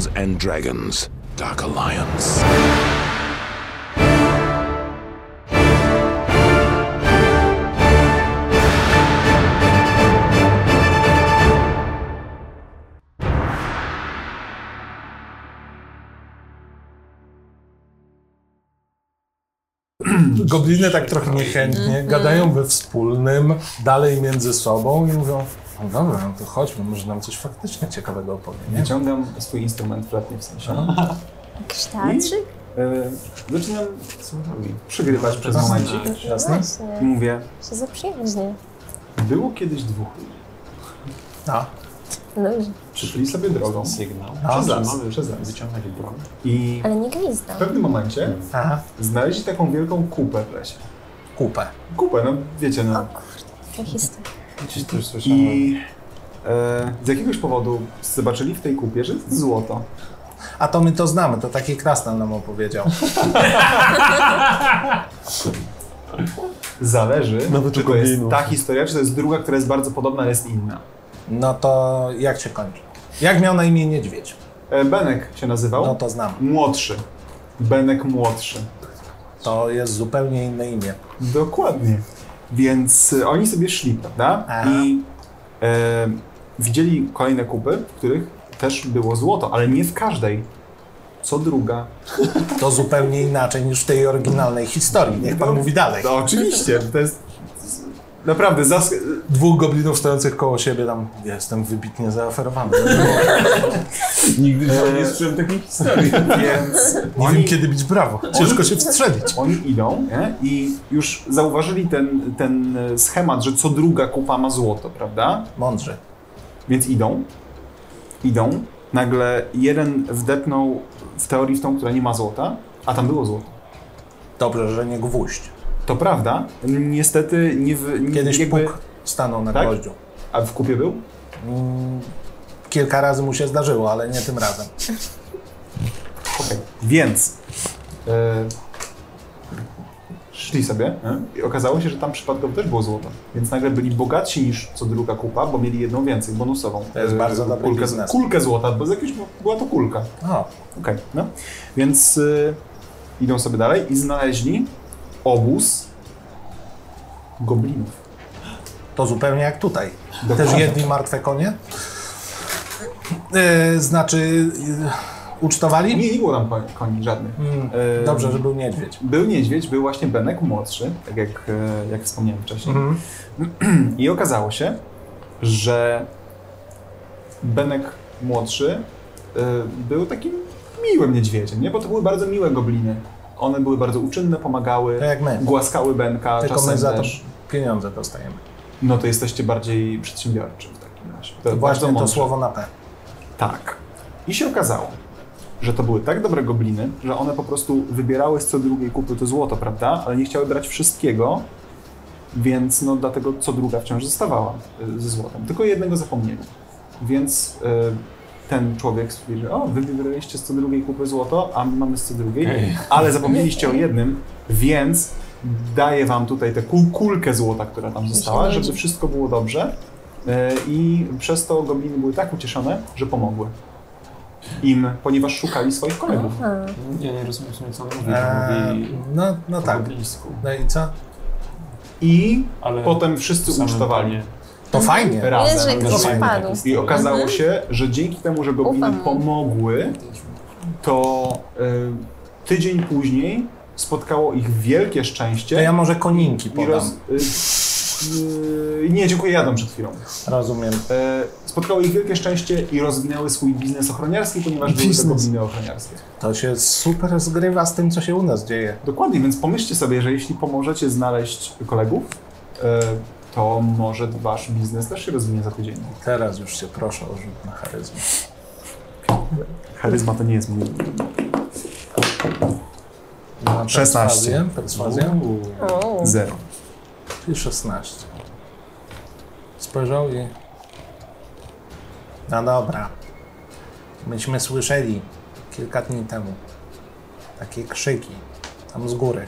Dungeons and Dragons: Dark Alliance. Gobliny tak trochę niechętnie gadają we wspólnym, dalej między sobą i mówią: no dobra, no to chodźmy, może nam coś faktycznie ciekawego opowie, nie? Wyciągam swój instrument fletny w sensie. Jakiś teatrzyk? Zaczynam przygrywać przez momencik. Jasne? I mówię, Co za przyjaźnie. było kiedyś dwóch ludzi. A, Dobrze. Szli sobie drogą Sygnał. przez las. Wyciągnąć broń. I Ale nie w gwizdam. pewnym momencie aha, znaleźli taką wielką kupę w lesie. kupę. Kupę, no wiecie, O no. kurde, taka historia. Gdzieś to już słyszałem. I z jakiegoś powodu zobaczyli w tej kupie, że jest złoto. A to my to znamy, to taki krasnal nam opowiedział. Zależy, Nawet czy u to jest goblinów. ta historia, czy to jest druga, która jest bardzo podobna, ale jest inna. No to jak się kończy? Jak miał na imię niedźwiedź? Benek się nazywał. No to znam. Młodszy. Benek młodszy. To jest zupełnie inne imię. Dokładnie. Więc oni sobie szli, prawda? Aha. I widzieli kolejne kupy, w których też było złoto, ale nie w każdej. Co druga. To zupełnie inaczej niż w tej oryginalnej historii. Niech pan mówi dalej. No oczywiście, to jest naprawdę Dwóch goblinów stojących koło siebie tam, jestem wybitnie zaoferowany. Nigdy nie słyszałem takiej historii. Więc Nie wiem kiedy bić brawo, ciężko się wstrzelić. oni idą, nie? I już zauważyli ten schemat, że co druga kupa ma złoto, prawda? Mądrze. Więc idą, nagle jeden wdepnął w teorii w tą, która nie ma złota, a tam było złoto. Dobrze, że nie gwóźdź. To prawda, niestety Kiedyś jakby... Puk stanął na Tak? gwoździu. A w kupie był? Kilka razy mu się zdarzyło, ale nie tym razem. Okej. Więc szli sobie, nie? I okazało się, że tam przypadkowo też było złoto. Więc nagle byli bogatsi niż co druga kupa, bo mieli jedną więcej, bonusową. To jest bardzo dobry biznes. Kulkę złota, bo z jakiegoś była to kulka. O, Okej, no. Więc idą sobie dalej i znaleźli obóz goblinów. to zupełnie jak tutaj. Dokładnie. Też jedli martwe konie? Znaczy, ucztowali? Nie było tam koni żadnych. Dobrze, że był niedźwiedź. Był niedźwiedź, był właśnie Benek młodszy, tak jak wspomniałem wcześniej. I okazało się, że Benek młodszy był takim miłym niedźwiedziem, nie? Bo to były bardzo miłe gobliny. One były bardzo uczynne, pomagały, Tak jak my. głaskały Benka, Tylko czasem my za to też. pieniądze dostajemy. No to jesteście bardziej przedsiębiorczy w takim razie. To bardzo właśnie to mądrze. słowo na P. Tak. I się okazało, że to były tak dobre gobliny, że one po prostu wybierały z co drugiej kupy to złoto, prawda? Ale nie chciały brać wszystkiego, więc no dlatego co druga wciąż zostawała ze złotem. Tylko jednego zapomnieli. Więc ten człowiek stwierdził, o, wy wybraliście z co drugiej kupy złoto, a my mamy z co drugiej, ale zapomnieliście o jednym, więc daję wam tutaj tę kulkę złota, która tam została, żeby wszystko było dobrze. I przez to gobliny były tak ucieszone, że pomogły im, ponieważ szukali swoich kolegów. Ja nie rozumiem w sumie, co on mówi. Mówi No po tak. goblińsku. No i co? I Ale potem wszyscy w samym ucztowali tonie. To fajnie. Jest, że razem. ktoś fajne padł. I okazało się, że dzięki temu, że gobliny Ufam mu. pomogły, to tydzień później spotkało ich wielkie szczęście. To ja może koninki i podam. nie, dziękuję, jadą przed chwilą. Rozumiem. Spotkało ich wielkie szczęście i rozwinęły swój biznes ochroniarski, ponieważ były to Biznes. gobliny ochroniarskie. To się super zgrywa z tym, co się u nas dzieje. Dokładnie, więc pomyślcie sobie, że jeśli pomożecie znaleźć kolegów, to może wasz biznes też się rozwinie za tydzień. Teraz już się proszę o rzut na charyzmę. Charyzma to nie jest mój... Na 16. Perswazję. O, 0. I 16. Spojrzał i... No dobra. Myśmy słyszeli kilka dni temu takie krzyki tam z góry.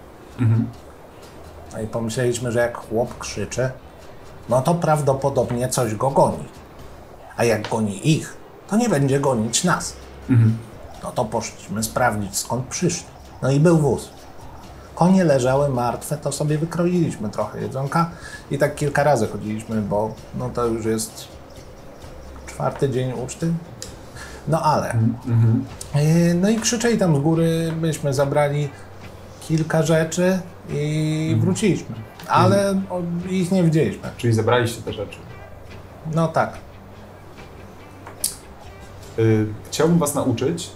No i pomyśleliśmy, że jak chłop krzyczy, no to prawdopodobnie coś go goni. A jak goni ich, to nie będzie gonić nas. No to poszliśmy sprawdzić, skąd przyszli. No i był wóz. Konie leżały martwe, to sobie wykroiliśmy trochę jedzonka i tak kilka razy chodziliśmy, bo no to już jest 4. dzień uczty. No ale. No i krzyczeli tam z góry, myśmy zabrali kilka rzeczy i wróciliśmy. Ale ich nie widzieliśmy. Czyli zebraliście te rzeczy. No tak. Chciałbym was nauczyć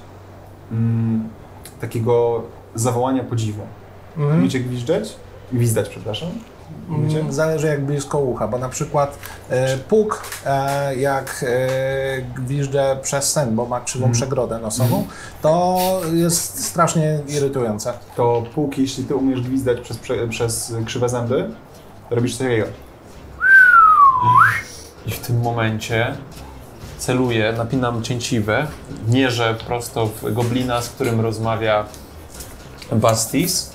takiego zawołania podziwu. Umiecie gwizdać, przepraszam. Umiecie? Zależy jak blisko ucha, bo na przykład puk, jak gwiżdżę przez sen, bo ma krzywą przegrodę nosową, to jest strasznie irytujące. To póki jeśli ty umiesz gwizdać przez krzywe zęby, to robisz coś takiego. I w tym momencie celuję, napinam cięciwę, mierzę prosto w goblina, z którym rozmawia Bastis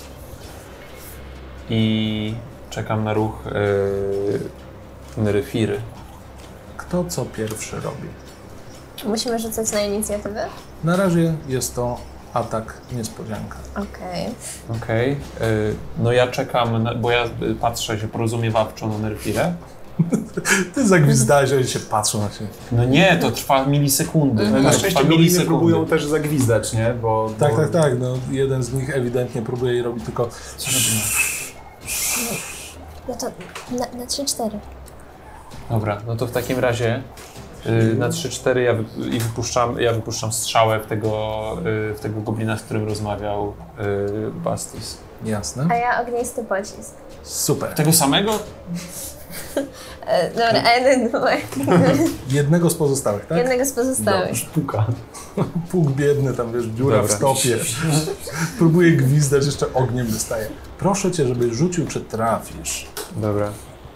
i czekam na ruch Nerefiry. Kto co pierwszy robi? Musimy rzucać na inicjatywę? Na razie jest to atak niespodzianka. Okej. Okej. No ja czekam, bo ja patrzę się porozumiewawczo na Nerfirę. Ty zagwizdałeś, że oni się patrzą na siebie. No nie, to trwa milisekundy. Na To szczęście trwa gobliny próbują też zagwizdać, nie? Tak. No, jeden z nich ewidentnie próbuje i robi tylko... Co robimy? No to na 3-4. Dobra, no to w takim razie na 3-4 ja wypuszczam strzałę w tego goblina, z którym rozmawiał Bastis. Jasne. A ja ognisty pocisk. Super. Tego samego? Dobra, a jeden numer. Jednego z pozostałych, tak? Jednego z pozostałych. Sztuka. Puk biedny, tam wiesz, dziura Dobra. w stopie. Próbuje gwizdać, jeszcze ogniem wystaje. Proszę cię, żebyś rzucił, czy trafisz. Dobra.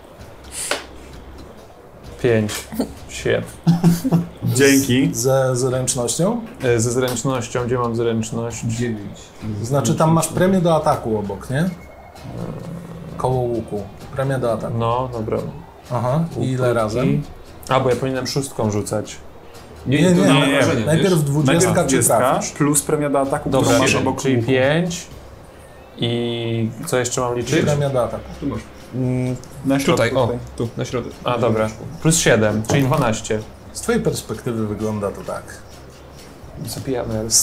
5, 7. Dzięki. Ze zręcznością? Ze zręcznością, gdzie mam zręczność? 9. Znaczy tam masz premię do ataku obok, nie? Koło łuku. Premia do ataku. No, dobra. Aha. I ile razem? A, bo ja powinienem 6 rzucać. Nie. Wrażenie, Najpierw 20, czy trafisz? plus premia do ataku, Dobra, którą masz obok czyli łuku. 5. I co jeszcze mam liczyć? Premia do ataku. Tu masz. Na środku Tutaj, o, tu, na środek. A, dobra. Plus 7, czyli 12. Z twojej perspektywy wygląda to tak. Zabijamy elfa.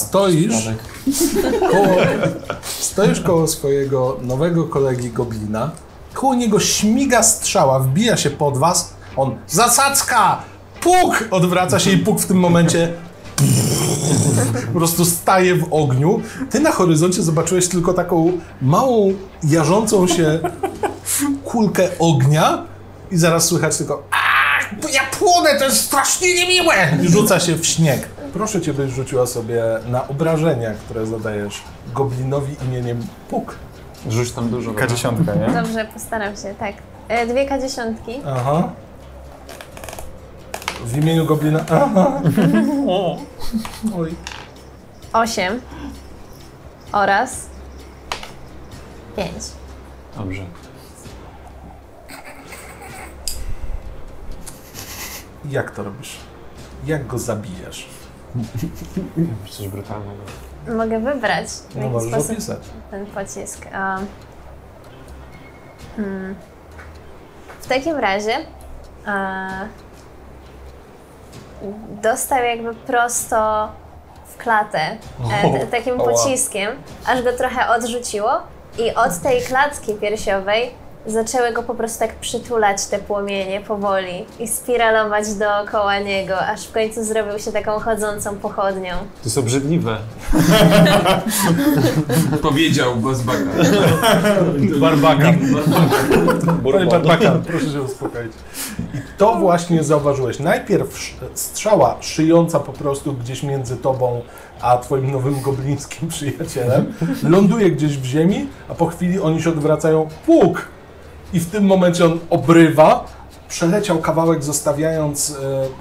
Stoisz koło swojego nowego kolegi goblina, koło niego śmiga strzała, wbija się pod was, on zasadzka! Puk! Odwraca się i puk w tym momencie po prostu staje w ogniu. Ty na horyzoncie zobaczyłeś tylko taką małą, jarzącą się kulkę ognia i zaraz słychać tylko ja płonę, to jest strasznie niemiłe! I rzuca się w śnieg. Proszę cię, byś rzuciła sobie na obrażenia, które zadajesz goblinowi imieniem Puk. Rzuć tam dużo. K10, nie? Dobrze, postaram się, tak. 2 K10. Aha. W imieniu goblina. Aha. Oj. 8. Oraz 5. Dobrze. Jak to robisz? Jak go zabijesz? Coś brutalnego. Mogę wybrać, w No jaki możesz sposób opisać. ten pocisk. W takim razie dostał jakby prosto w klatę takim pociskiem, aż go trochę odrzuciło i od tej klatki piersiowej zaczęły go po prostu tak przytulać te płomienie powoli i spiralować dookoła niego, aż w końcu zrobił się taką chodzącą pochodnią. To jest obrzydliwe. Powiedział Gozbaka. Barbakan. Panie Barbakan, proszę się uspokoić. I to właśnie zauważyłeś. Najpierw strzała szyjąca po prostu gdzieś między tobą a twoim nowym goblińskim przyjacielem ląduje gdzieś w ziemi, a po chwili oni się odwracają. Puk! I w tym momencie on obrywa, przeleciał kawałek, zostawiając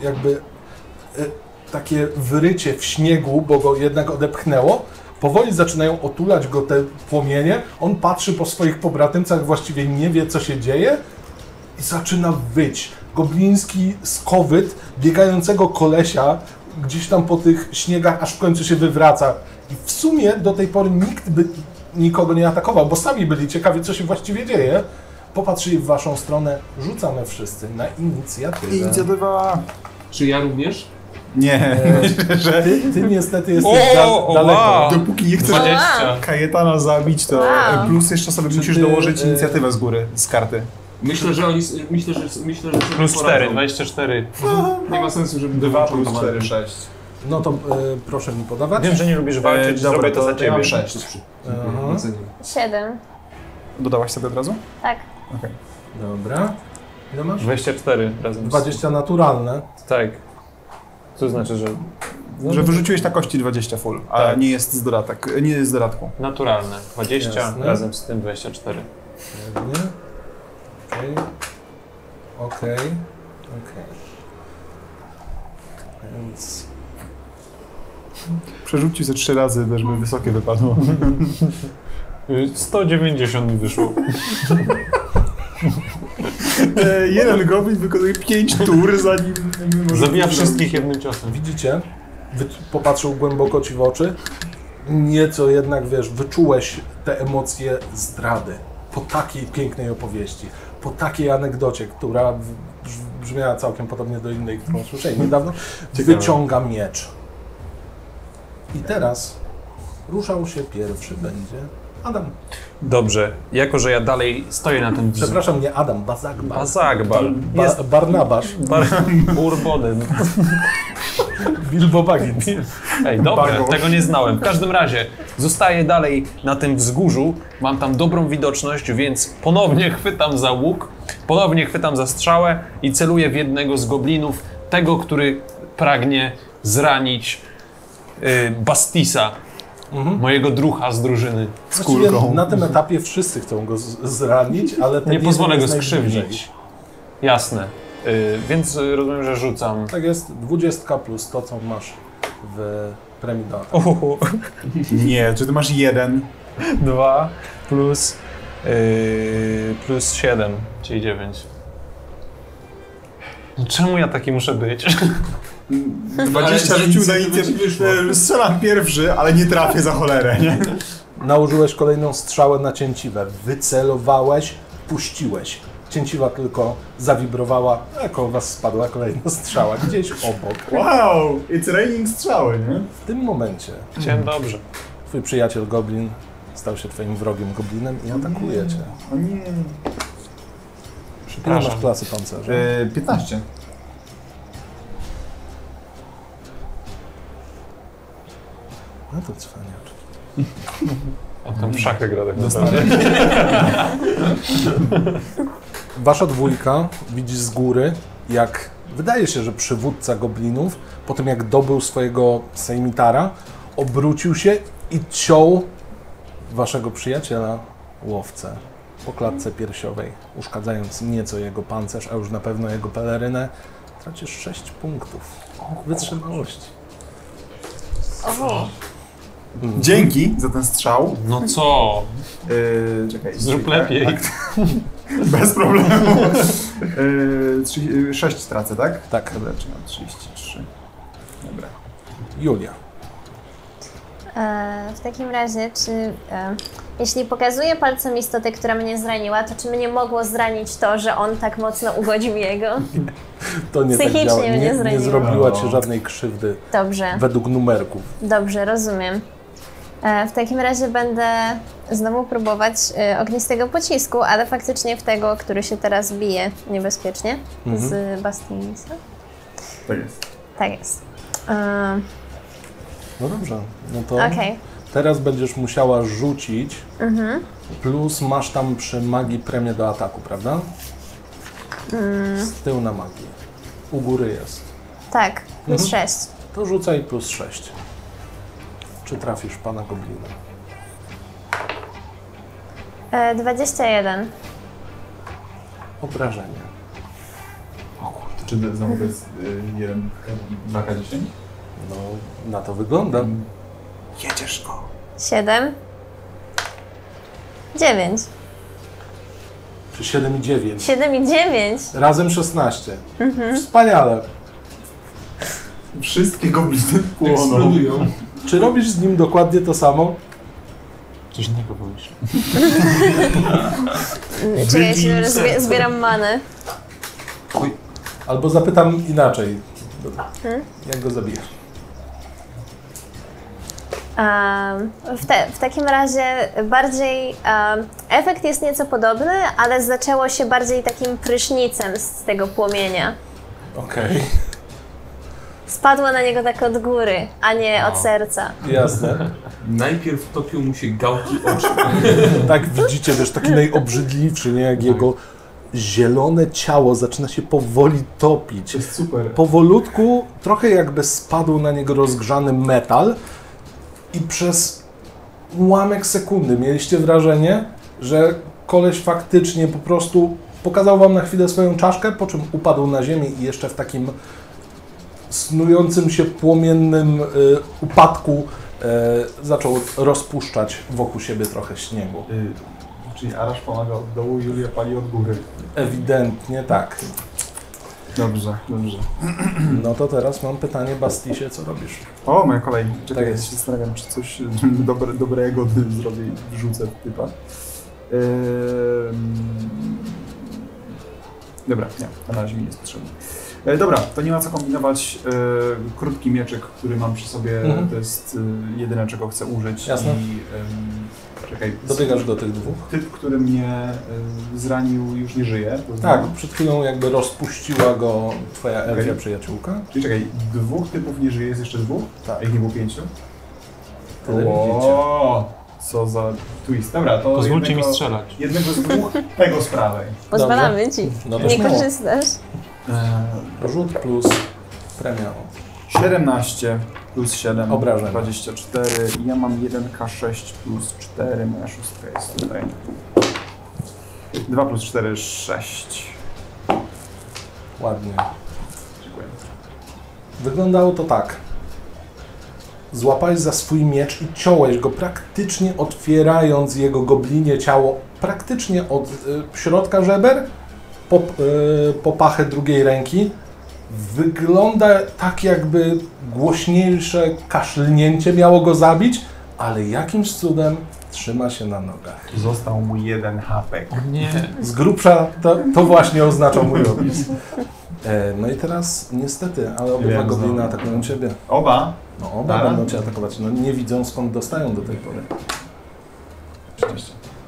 takie wyrycie w śniegu, bo go jednak odepchnęło. Powoli zaczynają otulać go te płomienie. On patrzy po swoich pobratymcach, właściwie nie wie, co się dzieje i zaczyna wyć. Gobliński skowyt biegającego kolesia gdzieś tam po tych śniegach, aż w końcu się wywraca. I w sumie do tej pory nikt by nikogo nie atakował, bo sami byli ciekawi, co się właściwie dzieje. Popatrzyli w waszą stronę, rzucamy wszyscy na inicjatywę. Inicjatywa... Czy ja również? Nie, że Ty niestety jesteś daleko. wow. dopóki nie chcesz 20. Kajetana zabić, to Wow. plus jeszcze sobie musisz ty, dołożyć inicjatywę z góry, z karty. Myślę, że oni... Myślę, że sobie Plus 4, poradzą. 24. Nie ma sensu, żeby 2 dołączył plus do 4, walki. 6. No to proszę mi podawać. Wiem, że nie lubisz walczyć, Dobra, zrobię to za ja ciebie. mam 6. Aha. 7. Dodałaś sobie od razu? Tak. Okej. Dobra. Ile masz? 24 razem. 20 naturalne. Tak. Co znaczy, że Że wyrzuciłeś na kości 20 full, a Tak. nie jest z dodatek, nie jest z dodatku. naturalne. 20 Jasne. razem z tym 24. Pewnie. Okej. Więc... Przerzucił ze 3 razy, też by wysokie wypadło. 190 mi wyszło. Jeden goblin wykonuje 5 tur, zanim może... Zabija wszystkich jednym ciosem. Widzicie? Popatrzył głęboko ci w oczy. Nieco jednak, wiesz, wyczułeś te emocje zdrady. Po takiej pięknej opowieści. Po takiej anegdocie, która brzmiała całkiem podobnie do innej, którą słyszeli niedawno. Wyciąga miecz. I teraz ruszał się pierwszy będzie Adam. Dobrze, jako że ja dalej stoję na tym Przepraszam, nie Adam, Bazagba. Bazagbal. Barnabasz. Urboden. Bilbo Baggins. Ej, dobra, Bago. tego nie znałem. W każdym razie zostaję dalej na tym wzgórzu, mam tam dobrą widoczność, więc ponownie chwytam za łuk, ponownie chwytam za strzałę i celuję w jednego z goblinów, tego, który pragnie zranić Bastisa, mojego drucha z drużyny. Właściwie na tym etapie wszyscy chcą go zranić, ale ten Nie jeden pozwolę go jest najbliżej. skrzywdzić. Jasne. Więc rozumiem, że rzucam. Tak jest, 20 plus to, co masz w premii do ataku. Nie, czy ty masz 1? 2 plus 7, czyli 9. No czemu ja taki muszę być? 20 rzucił na inicjatywę. Strzelam pierwszy, ale nie trafię za cholerę, nie? Nałożyłeś kolejną strzałę na cięciwę, wycelowałeś, puściłeś. Cięciwa tylko zawibrowała, a koło was spadła kolejna strzała, gdzieś obok. Wow, it's raining strzały, nie? W tym momencie Chciałem dobrze. twój przyjaciel Goblin stał się twoim wrogiem Goblinem i atakuje cię. O nie. Ile Przepraszam. masz klasy pancerza? 15. No to cwaniaczki. On tam w szachy gra tak naprawdę. Wasza dwójka widzi z góry, jak wydaje się, że przywódca goblinów, po tym jak dobył swojego sejmitara, obrócił się i ciął waszego przyjaciela, łowcę, po klatce piersiowej, uszkadzając nieco jego pancerz, a już na pewno jego pelerynę. Tracisz 6 punktów wytrzymałości. O, Dzięki za ten strzał. No co? Czekaj. Zrób lepiej. Bez problemu. 6 stracę, tak? Tak. Dobra, czy mam 33. Dobra. Julia. w takim razie, czy jeśli pokazuję palcem istotę, która mnie zraniła, to czy mnie mogło zranić to, że on tak mocno ugodził jego? To nie tak Psychicznie działa. mnie Nie zraniło. zrobiła ci żadnej krzywdy Dobrze, według numerków. dobrze, rozumiem. W takim razie będę znowu próbować ognistego pocisku, ale faktycznie w tego, który się teraz bije niebezpiecznie z Bastinisa. Tak jest. Tak jest. No dobrze, no to Okej. teraz będziesz musiała rzucić, plus masz tam przy magii premię do ataku, prawda? Z tyłu na magii. U góry jest. Tak, plus 6. To rzucaj plus 6. Czy trafisz pana goblina? 21. Obrażenie. Czy znowu to jest 1, 2K10? No, na to wygląda. Jedziesz go. 7. 9. Czy 7 i 9? 7 i 9. Razem 16. Wspaniale. Wszystkie gobliny płoną. Eksplodują. Czy robisz z nim dokładnie to samo? Coś innego pomyśl. Czy ja się zbieram manę? Albo zapytam inaczej. Jak go zabijasz? W takim razie bardziej efekt jest nieco podobny, ale zaczęło się bardziej takim prysznicem z tego płomienia. Okej, Spadło na niego tak od góry, a nie od serca. jasne. Najpierw topił mu się gałki oczu. Tak widzicie, wiesz, taki najobrzydliwszy, nie? Jak jego zielone ciało zaczyna się powoli topić. To jest super. Powolutku, trochę jakby spadł na niego rozgrzany metal i przez ułamek sekundy mieliście wrażenie, że koleś faktycznie po prostu pokazał wam na chwilę swoją czaszkę, po czym upadł na ziemię i jeszcze w takim snującym się płomiennym upadku zaczął rozpuszczać wokół siebie trochę śniegu. Czyli Arash pomaga od dołu, Julia pali od góry. Ewidentnie tak. Dobrze, dobrze. No to teraz mam pytanie, Bastisie, co robisz? O, moja kolej. Czekaj, Tak ja jest. się zastanawiam, czy coś dobrego zrobię i wrzucę w typa. Dobra, nie, na razie mi nie jest potrzebny. Dobra, to nie ma co kombinować. Krótki mieczyk, który mam przy sobie, to jest jedyne, czego chcę użyć. Jasne. I, czekaj, Dobiegasz do tych dwóch? typ, który mnie zranił, już nie żyje. To Tak, znam. przed chwilą jakby rozpuściła go twoja elfia Okej. przyjaciółka. Czyli czekaj, dwóch typów nie żyje, jest jeszcze dwóch? Tak. Jak nie było 5? Tyle widzicie. O, co za twist. Dobra, to Pozwólcie mi strzelać. jednego z dwóch, tego z prawej. Pozwalamy ci. No to Nie śmiało. korzystasz? Rzut plus premia. 17 plus 7, Obrażenia. 24. I ja mam 1K6 plus 4, moja szóstka jest tutaj. 2 plus 4, 6. Ładnie. Dziękuję. Wyglądało to tak. Złapałeś za swój miecz i ciąłeś go, praktycznie otwierając jego goblinie ciało, praktycznie od środka żeber po pachę drugiej ręki. Wygląda tak, jakby głośniejsze kaszlnięcie miało go zabić, ale jakimś cudem trzyma się na nogach. Został mu 1 HP. Nie. Z grubsza to właśnie oznaczał mój opis. No i teraz niestety, ale obydwa Wiem, gobliny znowu. atakują ciebie. Oba? No oba Dobra. będą cię atakować. No nie widzą, skąd dostają do tej pory. Oczywiście.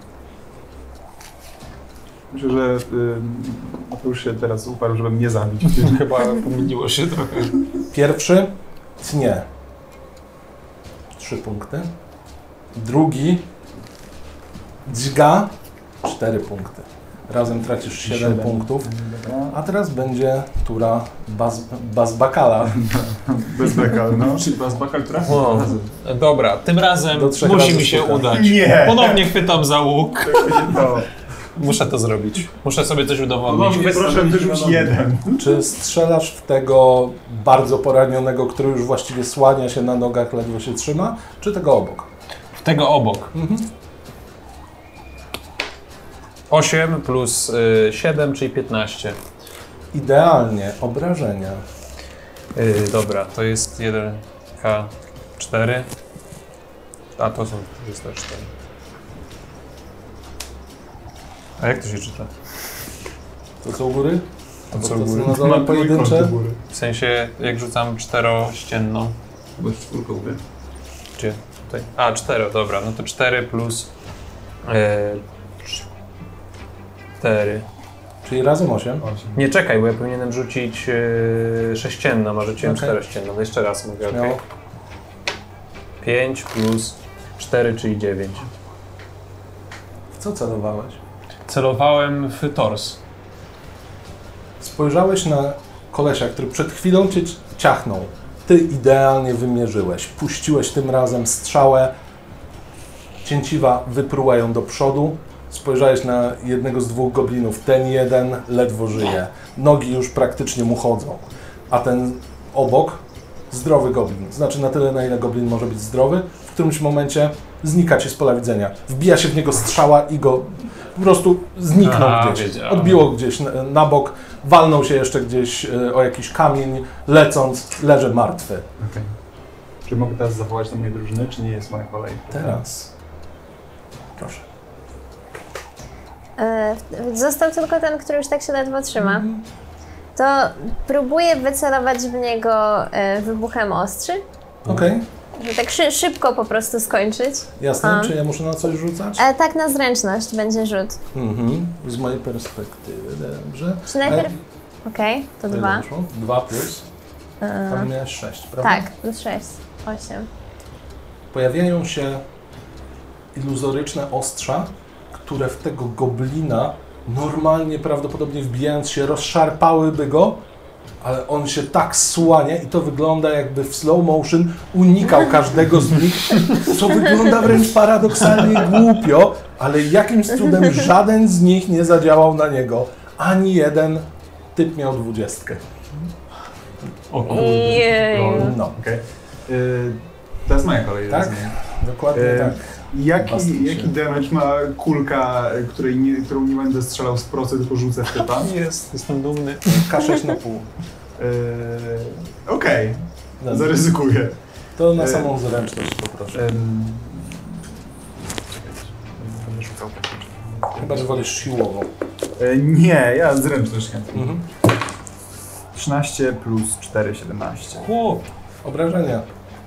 Myślę, że już się teraz uparł, żeby mnie zabić. Chyba pomyliło się trochę. Pierwszy tnie. 3 punkty. Drugi dźga 4 punkty. Razem tracisz 7 punktów. Dobra. A teraz będzie tura Bazbakala. Bez beka, no. Czy was bakal trafił? O, dobra, tym razem Do 3 musi razy mi się sztuka. udać. Nie! Ponownie chwytam za łuk. No. Muszę to zrobić. Muszę sobie coś udowodnić. Proszę wyrzuć 1. Czy strzelasz w tego bardzo poranionego, który już właściwie słania się na nogach, ledwo się trzyma, czy tego obok? W tego obok. 8 plus 7, czyli 15. Idealnie, obrażenia. Dobra, to jest 1K4. A to są 4. A jak to się czyta? To co u góry? To co To u góry? są na dole pojedyncze? W sensie, jak rzucam czterościenną. Bo jest czwórką, nie? Gdzie? Tutaj. A, 4, dobra. No to 4 plus 4. Czyli razem 8. Nie, czekaj, bo ja powinienem rzucić sześcienną, a rzuciłem Okej. czterościenną. Jeszcze raz mogę, Śmiało. okej. 5 plus 4, czyli 9. W co celowałeś? Celowałem w tors. Spojrzałeś na kolesia, który przed chwilą cię ciachnął. Ty idealnie wymierzyłeś. Puściłeś tym razem strzałę. Cięciwa wypruła ją do przodu. Spojrzałeś na jednego z dwóch goblinów. Ten jeden ledwo żyje. Nogi już praktycznie mu chodzą. A ten obok, zdrowy goblin. Znaczy na tyle, na ile goblin może być zdrowy. W którymś momencie znika ci z pola widzenia. Wbija się w niego strzała i go po prostu zniknął gdzieś. Wiedziałem. Odbiło gdzieś na bok, walnął się jeszcze gdzieś o jakiś kamień, lecąc, leży martwy. Okay. Czy mogę teraz zawołać do mojej drużyny, czy nie jest moja kolej? Teraz. Proszę. Został tylko ten, który już tak się ledwo trzyma. To próbuję wycelować w niego wybuchem ostrzy, Okej, żeby tak szybko po prostu skończyć. jasne. Czy ja muszę na coś rzucać? Tak, na zręczność będzie rzut. Z mojej perspektywy, dobrze. Czy najpierw... Okej, to Ile 2. wyszło? 2 plus. Tam miałeś 6, prawda? Tak, plus 6, 8. Pojawiają się iluzoryczne ostrza, które w tego goblina normalnie, prawdopodobnie wbijając się, rozszarpałyby go, ale on się tak słania i to wygląda, jakby w slow motion unikał każdego z nich, co wygląda wręcz paradoksalnie głupio, ale jakimś cudem żaden z nich nie zadziałał na niego. Ani jeden typ miał 20. O kurde. Jeju. No, Okay. To jest moja kolej, tak? rozumiem. Dokładnie tak. Jaki damage ma kulka, którą nie będę strzelał z procy, tylko rzucę w typa? Jestem dumny. K6 na pół. Okej, Dobra. zaryzykuję. To na samą zręczność poproszę. Będę rzucał praktycznie. Chyba, że wolisz siłową. Nie, ja zręczność chętnie. 13 plus 4, 17. Chłop. Obrażenia.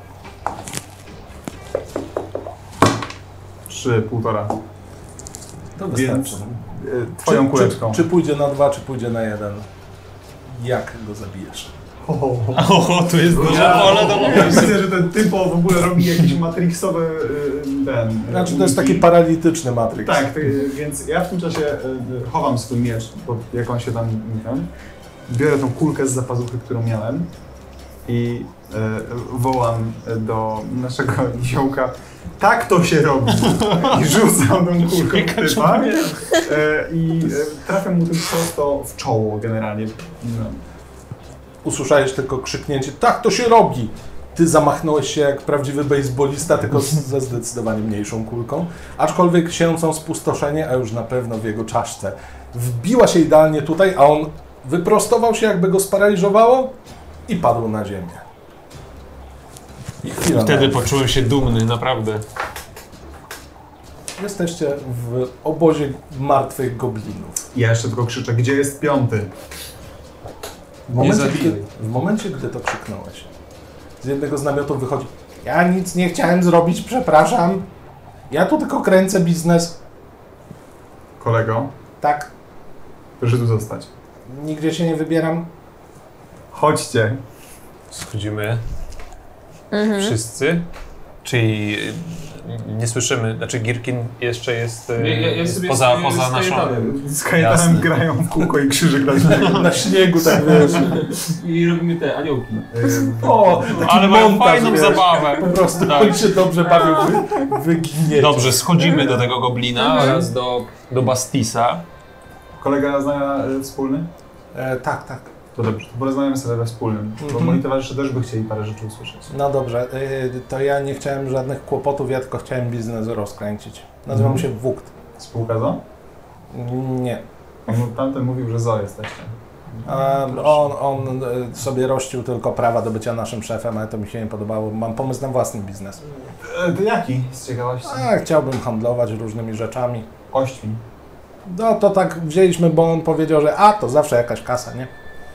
3, 1,5. To Więc wystarczy. twoją kuleczką. Czy pójdzie na 2, czy pójdzie na 1? Jak go zabijesz? O, tu jest dużo pole do Ja widzę, że ten typo w ogóle robi jakieś matrixowe Znaczy to jest taki paralityczny Matrix. Tak, więc ja w tym czasie chowam swój miecz, bo jak on się tam biorę tą kulkę z zapazuchy, którą miałem i wołam do naszego niziołka: tak to się robi! I rzucam tą kulką w typa i trafiam mu tym prosto w czoło generalnie. No. Usłyszałeś tylko krzyknięcie: tak to się robi! Ty zamachnąłeś się jak prawdziwy bejsbolista, tylko ze zdecydowanie mniejszą kulką. Aczkolwiek sięcą spustoszenie, a już na pewno w jego czaszce, wbiła się idealnie tutaj, a on wyprostował się, jakby go sparaliżowało i padł na ziemię. I chwila Wtedy na... poczułem się dumny, naprawdę. Jesteście w obozie martwych goblinów. Ja jeszcze tylko krzyczę: gdzie jest piąty? W momencie, gdy to krzyknąłeś, z jednego z namiotów wychodzi: ja nic nie chciałem zrobić, przepraszam. Ja tu tylko kręcę biznes. Kolego, Tak, proszę tu zostać. nigdzie się nie wybieram. Chodźcie. Schodzimy. Wszyscy. Czyli nie słyszymy, znaczy Girkin jeszcze jest Ja sobie poza z naszą... Kajetanem. Z Kajetanem Jasne. grają w kółko i krzyżyk na śniegu. Na śniegu, tak wiesz. I robimy te aniołki. O, taki Ale mają montaż, fajną wiesz. zabawę. Po prostu Tak. oni się dobrze bawią, wyginiecie. Dobrze, schodzimy do tego goblina oraz do Bastisa. Kolega zna wspólny? Tak, tak. To dobrze, to porozmawiamy sobie we wspólnym, bo moi towarzysze też by chcieli parę rzeczy usłyszeć. No dobrze, to ja nie chciałem żadnych kłopotów, ja tylko chciałem biznes rozkręcić. Nazywam się Wukt. Spółka ZO? Nie. Tamten mówił, że ZO jesteście. On sobie rościł tylko prawa do bycia naszym szefem, ale to mi się nie podobało. Mam pomysł na własny biznes. To jaki? Z ciekawości? Chciałbym handlować różnymi rzeczami. Ośćmi. No to tak wzięliśmy, bo on powiedział, że to zawsze jakaś kasa, nie?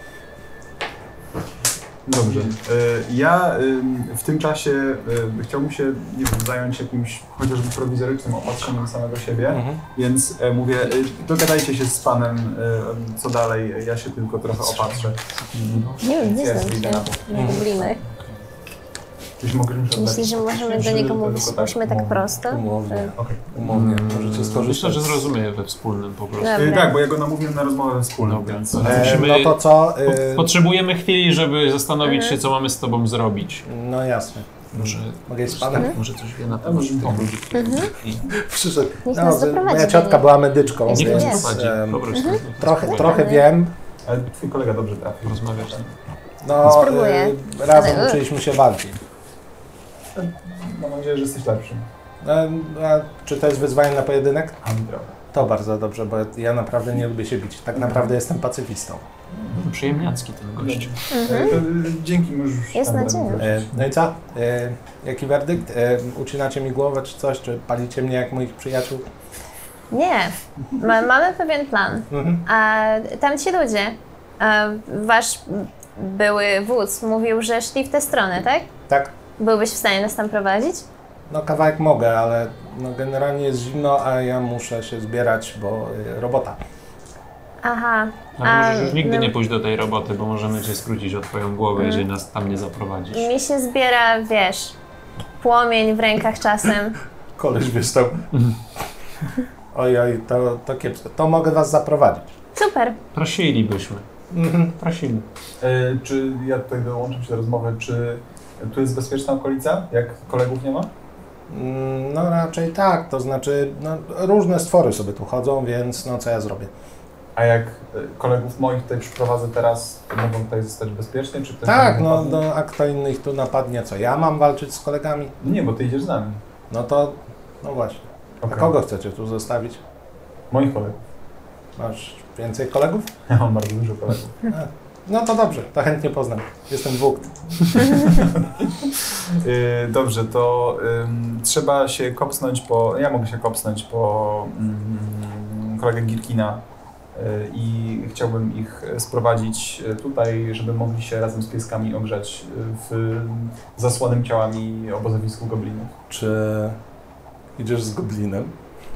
Dobrze. Ja w tym czasie chciałbym się zająć jakimś chociażby prowizorycznym opatrzeniem samego siebie, więc mówię, dogadajcie się z panem, co dalej, ja się tylko trochę opatrzę. Nie wiem, nie Ja znam idę się na to. na goblinek. Jeśli mogę już oddać. Myślisz, że możemy do niego mówić tak prosto? Umownie. Okej. Umownie. Możecie Myślę, skorzystać. że zrozumie we wspólnym po prostu. Dobra. Tak, bo ja go namówiłem na rozmowę wspólną, Dobra. więc... Musimy- No to co? Potrzebujemy chwili, żeby zastanowić się, co mamy z tobą zrobić. No jasne. Może, Mogę iść z panem? może coś wie na temat obrót. Przyszedł. Niech nas zaprowadzi Moja do ciotka niego. była medyczką, Niech nas więc prowadzi, po prostu. trochę wiem. Ale twój kolega dobrze trafił. Rozmawiasz. No, Spróbuję. razem Ale- uczyliśmy się walki. Mam nadzieję, że jesteś lepszy. A czy to jest wyzwanie na pojedynek? Handra. To bardzo dobrze, bo ja naprawdę nie lubię się bić. Tak naprawdę jestem pacyfistą. Przyjemniacki ten gość. To dzięki mu już. Jest tam nadzieja. będę No i co? Jaki werdykt? Ucinacie mi głowę czy coś? Czy palicie mnie jak moich przyjaciół? Nie, mamy pewien plan. A tamci ludzie, wasz były wódz mówił, że szli w tę stronę, tak? Tak? Byłbyś w stanie nas tam prowadzić? No kawałek mogę, ale no, generalnie jest zimno, a ja muszę się zbierać, bo robota. Aha. Ale możesz już nigdy no, nie pójść do tej roboty, bo możemy cię skrócić o twoją głowę, jeżeli nas tam nie zaprowadzisz. Mi się zbiera, wiesz, płomień w rękach czasem. Koleś wystał. Oj, to kiepsko. To mogę was zaprowadzić. Super. Prosilibyśmy. Prosili. Czy ja tutaj dołączam się do rozmowy, czy tu jest bezpieczna okolica, jak kolegów nie ma? No raczej tak, to znaczy no, różne stwory sobie tu chodzą, więc no co ja zrobię? A jak kolegów moich tutaj przyprowadzę teraz, to mogą tutaj zostać bezpiecznie? Czy ktoś Tak, tam no, napadnie? no a kto inny ich tu napadnie, co ja mam walczyć z kolegami? Nie, bo ty idziesz z nami. No to, no właśnie. A Okej. kogo chcecie tu zostawić? Moich kolegów. Masz więcej kolegów? Ja mam bardzo dużo kolegów. No to dobrze, to chętnie poznam. Jestem Wógt. Dobrze, to trzeba się kopsnąć po... Ja mogę się kopsnąć po kolegę Girkina i chciałbym ich sprowadzić tutaj, żeby mogli się razem z pieskami ogrzać w zasłanym ciałami obozowisku goblinów. Czy idziesz z goblinem?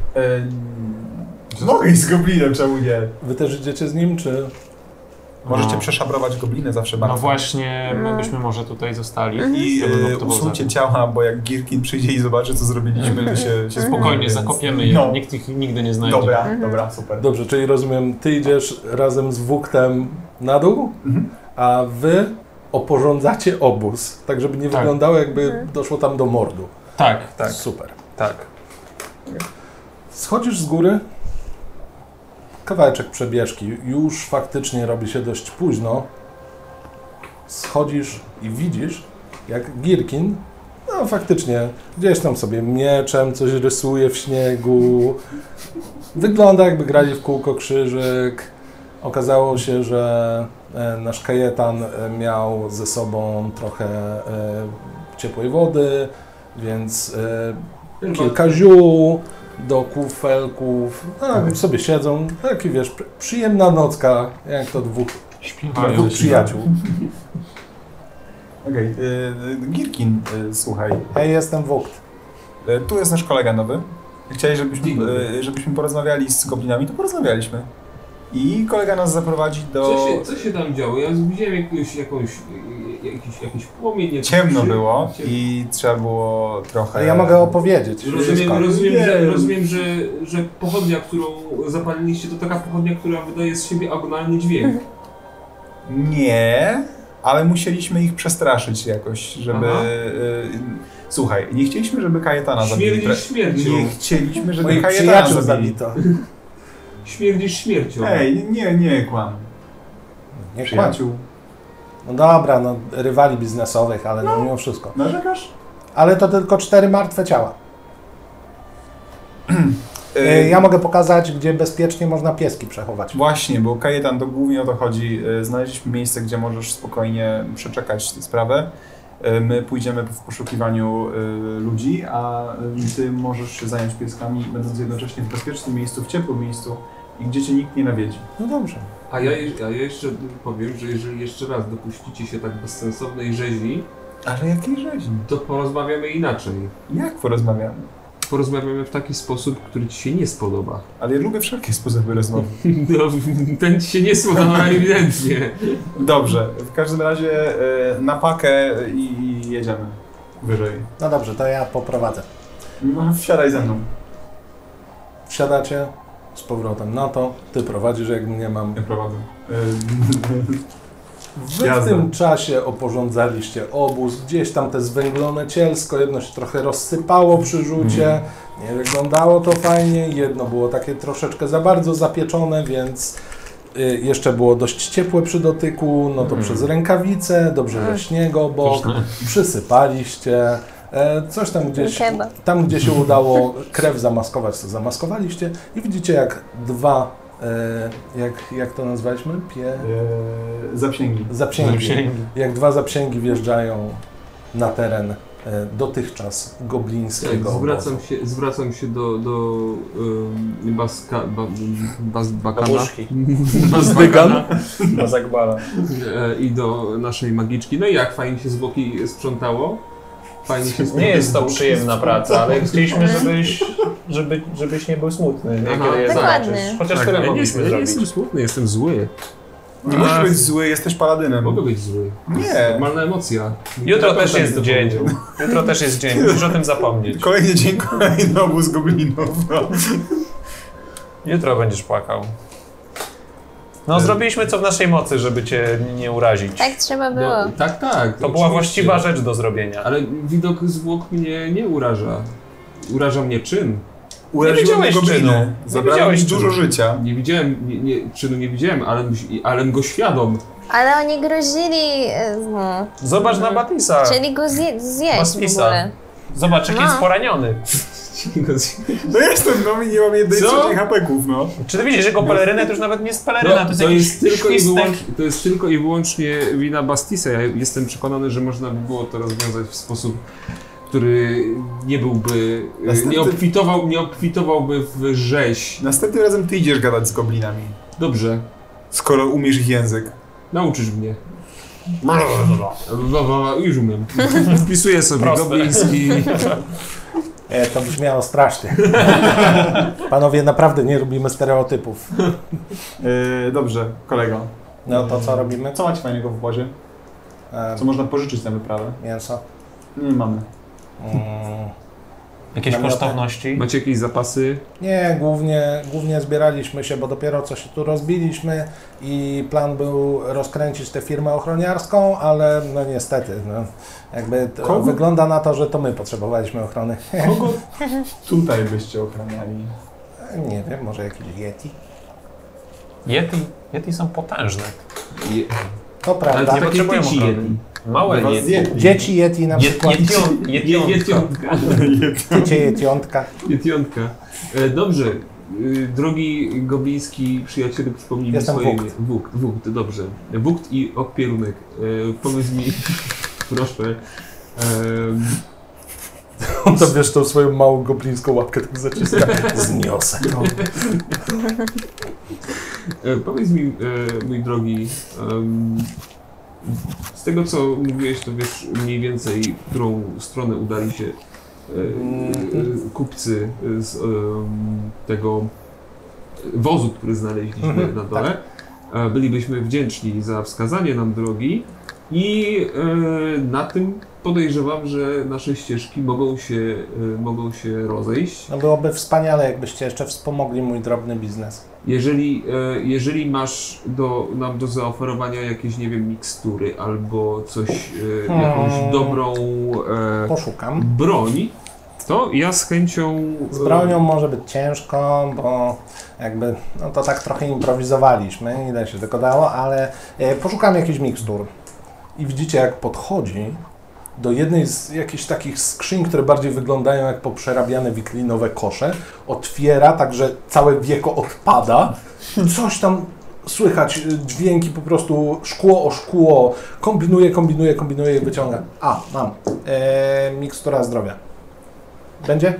Mogę iść z goblinem, czemu nie? Wy też idziecie z nim, czy... Możecie No. przeszabrować gobliny zawsze bardzo. No właśnie, my byśmy może tutaj zostali. I Ja bym optował za usuńcie tym. ciała, bo jak Girkin przyjdzie i zobaczy, co zrobiliśmy, to się Spokojnie, więc- zakopiemy je, No. nikt ich nigdy nie znajdzie. Dobra, super. Dobrze, czyli rozumiem, ty idziesz razem z Wógtem na dół, Mhm. a wy oporządzacie obóz, tak żeby nie Tak. wyglądało jakby doszło tam do mordu. Tak, tak, Super. tak. Schodzisz z góry, kawałeczek przebieżki, już faktycznie robi się dość późno. Schodzisz i widzisz, jak Girkin, no faktycznie, gdzieś tam sobie mieczem coś rysuje w śniegu. Wygląda jakby grali w kółko krzyżyk. Okazało się, że nasz Kajetan miał ze sobą trochę ciepłej wody, więc kilka ziół do kufelków, sobie siedzą, taki wiesz, przyjemna nocka, jak to dwóch Śpiewają. przyjaciół. Okej, Girkin, słuchaj, Hej, jestem Wógt. tu jest nasz kolega nowy. Chciałeś, żebyśmy porozmawiali z goblinami, to porozmawialiśmy. I kolega nas zaprowadzi do... Co się tam działo? Ja widziałem jakiś płomień. jakiś Ciemno krzyk. było Ciemno. i trzeba było trochę... Ale ja mogę opowiedzieć. wszystko. Rozumiem, że pochodnia, którą zapaliliście, to taka pochodnia, która wydaje z siebie agonalny dźwięk. Nie, ale musieliśmy ich przestraszyć jakoś, żeby... Aha. Słuchaj, nie chcieliśmy, żeby Kajetana zabili. Śmierdzisz śmiercią. Nie chcieliśmy, żeby Moich Kajetana przyjaciół zabili. zabito. Śmierdzisz śmiercią. Ej, nie kłam. Nie kłam. Przyjaciół. No dobra, no rywali biznesowych, ale no mimo wszystko. Narzekasz? Ale to tylko 4 martwe ciała. Ja mogę pokazać, gdzie bezpiecznie można pieski przechować. Właśnie, bo Kajetan, to głównie o to chodzi. Znaleźliśmy miejsce, gdzie możesz spokojnie przeczekać tę sprawę. My pójdziemy w poszukiwaniu ludzi, a ty możesz się zająć pieskami, będąc jednocześnie w bezpiecznym miejscu, w ciepłym miejscu i gdzie cię nikt nie nawiedzi. No dobrze. A ja jeszcze powiem, że jeżeli jeszcze raz dopuścicie się tak bezsensownej rzezi, Ale jakiej rzezi? to porozmawiamy inaczej. Jak porozmawiamy? Porozmawiamy w taki sposób, który ci się nie spodoba. Ale ja lubię wszelkie sposoby rozmowy. No, ten ci się nie spodoba ewidentnie. Dobrze, w każdym razie na pakę i jedziemy wyżej. No dobrze, to ja poprowadzę. No, wsiadaj ze mną. Wsiadacie z powrotem na to, ty prowadzisz, jak mnie mam. Ja prowadzę. Wy w Jazda. tym czasie oporządzaliście obóz, gdzieś tam te zwęglone cielsko, jedno się trochę rozsypało przy rzucie, nie wyglądało to fajnie, jedno było takie troszeczkę za bardzo zapieczone, więc jeszcze było dość ciepłe przy dotyku, no to przez rękawice, dobrze, że śnieg obok, przysypaliście, Coś tam gdzieś, Kebab. tam gdzie się udało krew zamaskować, to zamaskowaliście i widzicie jak dwa, jak to nazwaliśmy? Zapsięgi. Zapsięgi. Jak dwa zapsięgi wjeżdżają na teren dotychczas goblińskiego obozu. Zwracam się do Bakana Bazdygan? Bazakbala. I do naszej magiczki. No i jak fajnie się zwłoki sprzątało? Fajnie się Nie jest to przyjemna praca, ale chcieliśmy, żebyś nie był smutny, nie? Kiedy je Dokładnie. zobaczysz. Chociaż Tak, tyle ja nie mogliśmy zrobić. jestem smutny, jestem zły. Nie musisz być zły, jesteś paladynem. Mogę być zły. To jest Nie. normalna emocja. Jutro Terapeuta też mi jest to dzień. powiedział. Jutro też jest dzień, musisz o tym zapomnieć. Kolejny dzień, kolejny obóz goblinów. No. Jutro będziesz płakał. No, zrobiliśmy co w naszej mocy, żeby cię nie urazić. Tak trzeba było. No, tak. To była właściwa rzecz do zrobienia. Ale widok zwłok mnie nie uraża. Uraża mnie czyn. Uraziły mnie widziałeś czynu. gobliny. Nie Zabrały widziałeś mi dużo czynu. życia. Nie widziałem, czynu nie widziałem, ale go świadom. Ale oni grozili, Zobacz na Batisa. chcieli go zjeść w Batisa. ogóle. Zobacz, jaki No. jest poraniony. No jestem, no i nie mam jednej Co? trzeciej hapeków, no. Czy ty widzisz jego pelerynę? To już nawet nie jest peleryna, to jest to, jakiś to jest tylko i wyłącznie wina Bastisa. Ja jestem przekonany, że można by było to rozwiązać w sposób, który nie byłby, nie obfitowałby w rzeź. Następnym razem ty idziesz gadać z goblinami, Dobrze, skoro umiesz ich język. nauczysz mnie. Już umiem. Wpisuję sobie Proste. gobliński. To brzmiało strasznie. Panowie, naprawdę nie lubimy stereotypów. Dobrze, kolego. No to co robimy? Co macie fajnego w obozie? Co można pożyczyć na wyprawę? Mięso. Nie mamy. Jakieś Namioty? kosztowności? Macie jakieś zapasy? Nie, głównie zbieraliśmy się, bo dopiero co się tu rozbiliśmy i plan był rozkręcić tę firmę ochroniarską, ale no niestety, no, jakby to Kogo? wygląda na to, że to my potrzebowaliśmy ochrony. Kogo tutaj byście ochraniali? Nie wiem, może jakiś Yeti? Yeti są potężne. To Ale prawda. nie potrzebują dzieci ochrony. Yeti. Małe Was Yeti. zjedli. Dzieci Yeti na przykład. Jetionka. Dziecię Yetiontka. Jetionka. Dobrze. Drogi gobliński przyjacielu, przypomnij mi Jestem swoje Wukt. imię. Wukt, dobrze. Wukt i Okpierunek. Powiedz mi, proszę, On to wiesz, tą swoją małą goblińską łapkę tak zaciska. Zniosę to. powiedz mi, mój drogi, z tego co mówiłeś, to wiesz mniej więcej, w którą stronę udali się kupcy z tego wozu, który znaleźliśmy na dole. Bylibyśmy wdzięczni za wskazanie nam drogi i na tym podejrzewam, że nasze ścieżki mogą się rozejść. No byłoby wspaniale, jakbyście jeszcze wspomogli mój drobny biznes. Jeżeli masz nam do zaoferowania jakieś, nie wiem, mikstury albo coś, jakąś dobrą Poszukam. broń, to ja z chęcią... Z bronią może być ciężko, bo jakby, no to tak trochę improwizowaliśmy, ile się tylko dało, ale poszukam jakichś mikstur. I widzicie, jak podchodzi do jednej z jakichś takich skrzyń, które bardziej wyglądają jak poprzerabiane wiklinowe kosze, otwiera, tak że całe wieko odpada. Coś tam słychać, dźwięki po prostu, szkło o szkło, kombinuje i wyciąga. A, mam. Mikstura zdrowia. Będzie?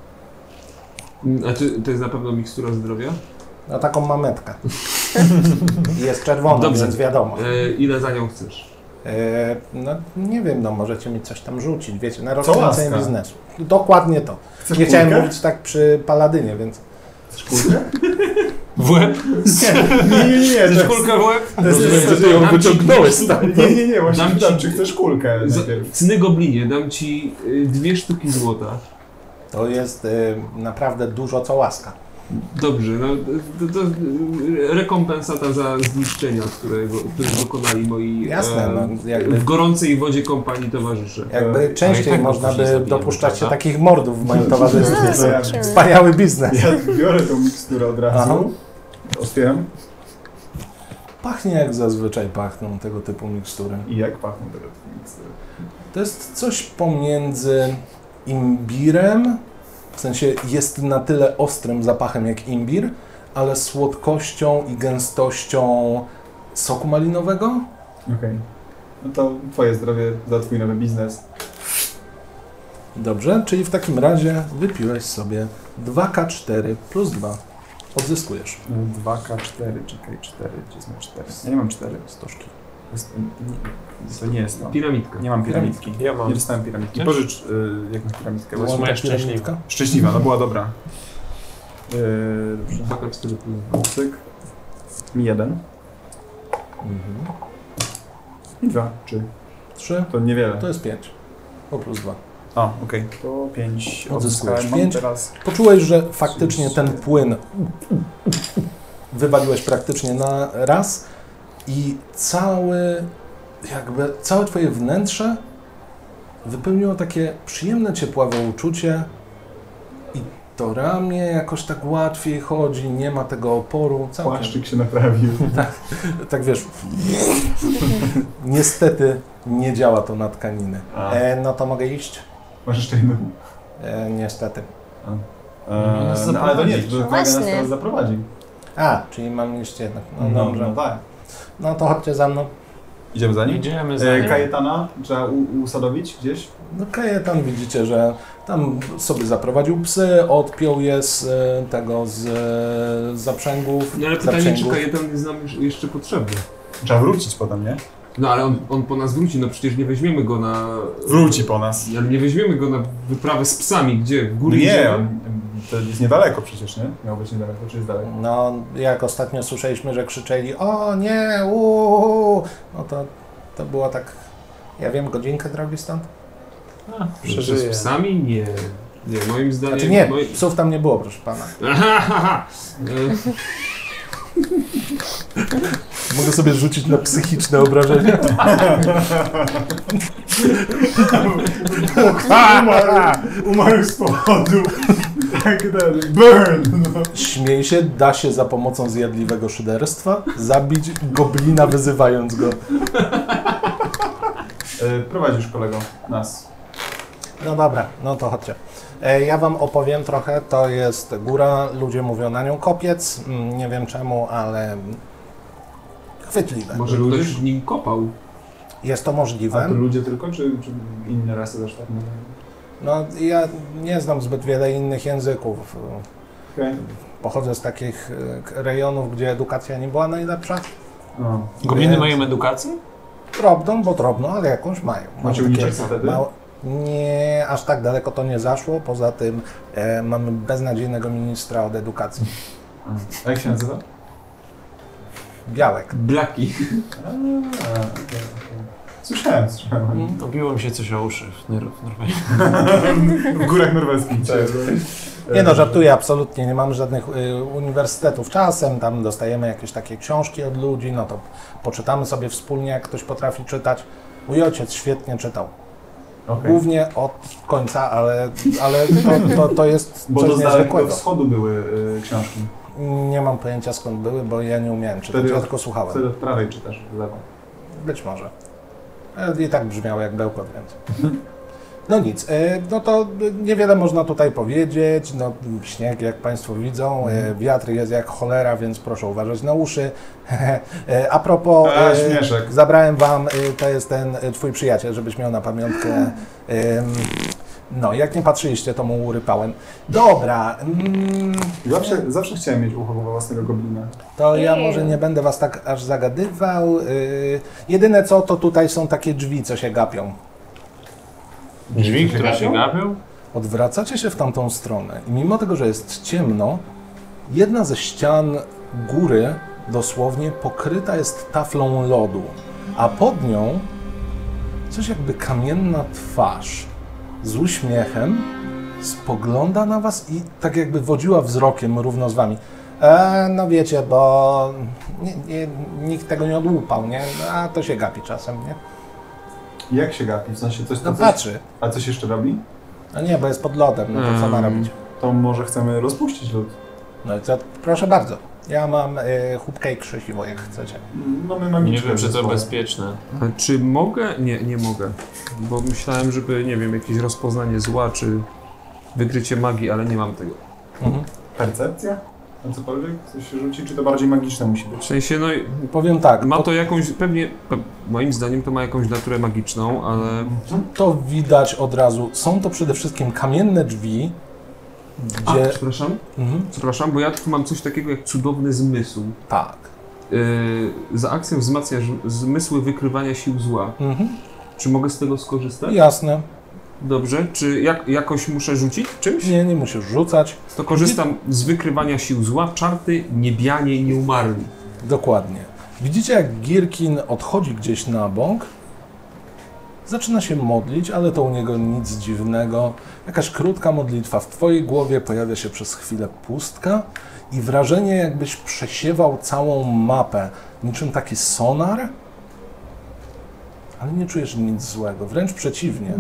A to jest na pewno mikstura zdrowia? No taką mametkę. I jest czerwona, Dobrze. więc wiadomo. Ile za nią chcesz? No nie wiem, no możecie mi coś tam rzucić, wiecie, na łaska? rozkręcenie biznesu. Dokładnie to. Chcesz Nie chciałem kulkę? mówić tak przy Paladynie, więc... W łeb? Nie, Chcesz kulkę w łeb? ją wyciągnąłeś stąd. Nie, właśnie Dam pytam, ci- czy chcesz kulkę najpierw. Cny goblinie, dam ci 2 sztuki złota. To jest naprawdę dużo co łaska. Dobrze, no to rekompensata za zniszczenia, które dokonali moi Jasne, no jakby... w gorącej wodzie kompanii towarzysze. Jakby częściej tak można później by zabijemy, dopuszczać się prawda? takich mordów w moim towarzystwie. Zobaczymy. Wspaniały biznes. Ja biorę tą miksturę od razu. Aha. Otwieram. Pachnie jak zazwyczaj pachną tego typu mikstury. I jak pachną tego mikstury? To jest coś pomiędzy imbirem, w sensie jest na tyle ostrym zapachem jak imbir, ale słodkością i gęstością soku malinowego. Okej. No to twoje zdrowie za twój nowy biznes. Dobrze, czyli w takim razie wypiłeś sobie 2K4 plus 2. Odzyskujesz. 2K4, czekaj, 4, gdzie jest 4? Ja nie mam 4. Stożki. To nie jest to. Piramidka. Nie mam piramidki. Ja mam. Nie dostałem piramidki. Też? Pożycz jakąś piramidkę. Była Właśnie moja Ta piramidka? szczęśliwa. szczęśliwa, no była dobra. Dobrze. 2K4 plus 2. Cyk. Mi 1. I 2, czy 3 to niewiele. to jest 5. O plus 2. A, okej. To 5 Odzyskujesz Mam 5. teraz. Poczułeś, że faktycznie ten płyn wywaliłeś praktycznie na raz i całe twoje wnętrze wypełniło takie przyjemne, ciepławe uczucie i to ramię jakoś tak łatwiej chodzi, nie ma tego oporu. Całkiem. Płaszczyk się naprawił. Tak wiesz, niestety nie działa to na tkaniny. A. No to mogę iść? Masz jeszcze jedną. Niestety. No, ale to nie, to kolega nas Właśnie. teraz zaprowadzi. A, czyli mam iść jednak. No dobrze. No tak. No to chodźcie za mną. Idziemy za nim? Idziemy za nim. Kajetana trzeba usadowić gdzieś? No Kajetan widzicie, że tam sobie zaprowadził psy, odpiął je z tego, z zaprzęgów. No ale pytanie, czy zaprzęgów. Kajetan jest nam jeszcze potrzebny? Trzeba wrócić potem, nie? No ale on po nas wróci, no przecież nie weźmiemy go na... Wróci po nas. Ale nie weźmiemy go na wyprawę z psami, gdzie? W góry Nie, idziemy? to jest niedaleko przecież, nie? Miało być niedaleko, czy jest daleko? No, jak ostatnio słyszeliśmy, że krzyczeli o nie, uuu, no to było tak, ja wiem, godzinkę drogi stąd? Że Przeżyję. z psami? Nie. Nie, moim zdaniem... Znaczy nie, psów tam nie było, proszę pana. Aha. Mogę sobie rzucić na psychiczne obrażenia. Umarł z powodu. Tak, ten. Burn! No. Śmiej się, da się za pomocą zjadliwego szyderstwa zabić goblina, wyzywając go. Prowadzisz, kolego, nas. No dobra, no to chodźcie. Ja wam opowiem trochę, to jest góra, ludzie mówią na nią kopiec, nie wiem czemu, ale chwytliwe. Może ktoś w nim kopał? Jest to A możliwe. to ludzie tylko, czy inne rasy też tak mówią? No ja nie znam zbyt wiele innych języków. Okej. Pochodzę z takich rejonów, gdzie edukacja nie była najlepsza. No. Gobliny mają edukację? Drobną, bo drobną, ale jakąś mają. Macie Mamy takie uniwersytety? Nie, aż tak daleko to nie zaszło. Poza tym mamy beznadziejnego ministra od edukacji. A jak się nazywa? Białek. Blaki. Okay. Słyszałem. Obiło mi się coś o uszy w Norwegii. W górach norweskich. Nie no, żartuję absolutnie. Nie mamy żadnych uniwersytetów. Czasem tam dostajemy jakieś takie książki od ludzi, no to poczytamy sobie wspólnie, jak ktoś potrafi czytać. Mój ojciec świetnie czytał. Okay. Głównie od końca, ale to jest Bo coś to z Dalekiego niezwykłego. Wschodu były książki. Nie mam pojęcia skąd były, bo ja nie umiałem czytać, ja tylko słuchałem. Wtedy od prawej czytasz, w lewą. Być może. I tak brzmiało jak bełkot, więc. No nic, no to niewiele można tutaj powiedzieć. No, śnieg, jak Państwo widzą, wiatr jest jak cholera, więc proszę uważać na uszy. A propos, śmieszek. zabrałem Wam, to jest ten Twój przyjaciel, żebyś miał na pamiątkę. No, jak nie patrzyliście, to mu urypałem. Dobra. Zawsze chciałem mieć ucho własnego goblina. To ja może nie będę Was tak aż zagadywał. Jedyne co, to tutaj są takie drzwi, co się gapią. Drzwi, które się gapią? Odwracacie się w tamtą stronę i mimo tego, że jest ciemno, jedna ze ścian góry dosłownie pokryta jest taflą lodu, a pod nią coś jakby kamienna twarz z uśmiechem spogląda na was i tak jakby wodziła wzrokiem równo z wami. No wiecie, bo nikt tego nie odłupał, nie? A to się gapi czasem, nie? Jak się gapi? W sensie No patrzy. A coś jeszcze robi? No nie, bo jest pod lodem, no to co ma robić? To może chcemy rozpuścić lód. No i co? Proszę bardzo. Ja mam chłupkę i krzesiwo, jak chcecie. Mamy magiczne. Nie wiem, czy to zespoły. bezpieczne. A czy mogę? Nie mogę. Bo myślałem, żeby, nie wiem, jakieś rozpoznanie zła, czy wykrycie magii, ale nie mam tego. Percepcja? Na cokolwiek? Coś się rzuci? Czy to bardziej magiczne musi W być? sensie, no Powiem tak, ma to jakąś, moim zdaniem to ma jakąś naturę magiczną, ale to widać od razu. Są to przede wszystkim kamienne drzwi, gdzie... przepraszam, Mhm. bo ja tu mam coś takiego jak cudowny zmysł. Tak. Za akcją wzmacniasz zmysły wykrywania sił zła. Mhm. Czy mogę z tego skorzystać? Jasne. Dobrze. Czy jakoś muszę rzucić czymś? Nie musisz rzucać. To korzystam z wykrywania sił zła, czarty, niebianie i nieumarli. Dokładnie. Widzicie, jak Girkin odchodzi gdzieś na bok, zaczyna się modlić, ale to u niego nic dziwnego. Jakaś krótka modlitwa. W twojej głowie pojawia się przez chwilę pustka i wrażenie, jakbyś przesiewał całą mapę, niczym taki sonar, ale nie czujesz nic złego, wręcz przeciwnie.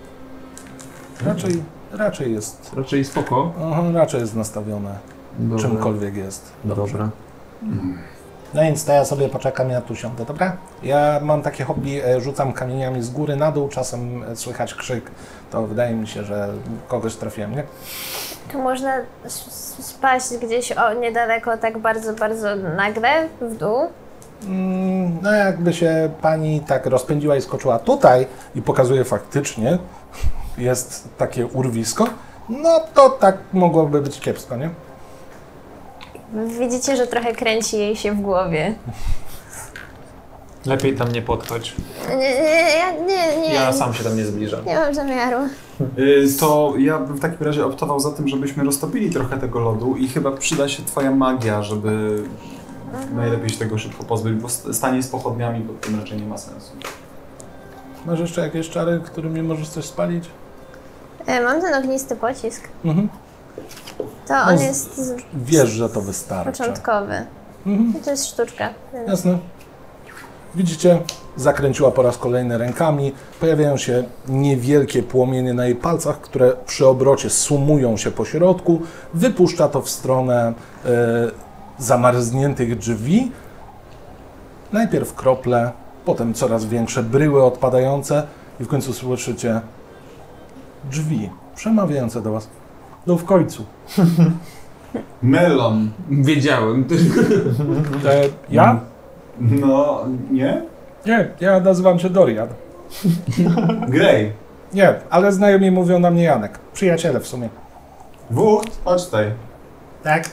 Raczej jest, Raczej spoko. raczej jest nastawione, Dobra. czymkolwiek jest. Dobra. No więc to ja sobie poczekam, ja tu siądę, dobra? Ja mam takie hobby, rzucam kamieniami z góry na dół, czasem słychać krzyk, to wydaje mi się, że kogoś trafiłem, nie? Tu można spaść gdzieś niedaleko, tak bardzo, bardzo nagle w dół. No jakby się pani tak rozpędziła i skoczyła tutaj i pokazuje faktycznie, jest takie urwisko, no to tak mogłoby być kiepsko, nie? Widzicie, że trochę kręci jej się w głowie. Lepiej tam nie podchodź. Nie, Ja sam się tam nie zbliżam. nie mam zamiaru. To ja bym w takim razie optował za tym, żebyśmy roztopili trochę tego lodu i chyba przyda się twoja magia, żeby najlepiej się tego szybko pozbyć, bo stanie z pochodniami pod tym raczej nie ma sensu. Masz jeszcze jakieś czary, którymi możesz coś spalić? Mam ten ognisty pocisk. Mhm. To on jest Wiesz, że to wystarczy. początkowy. To jest sztuczka. Więc... Jasne. Widzicie, zakręciła po raz kolejny rękami. Pojawiają się niewielkie płomienie na jej palcach, które przy obrocie sumują się po środku. Wypuszcza to w stronę zamarzniętych drzwi. Najpierw krople, potem coraz większe bryły odpadające i w końcu słyszycie drzwi przemawiające do was. No w końcu. Melon. Wiedziałem. Ja? No, nie? Nie, ja nazywam się Dorian. Grey. Nie, ale znajomi mówią na mnie Janek. Przyjaciele w sumie. Wucht, chodź tutaj. Tak?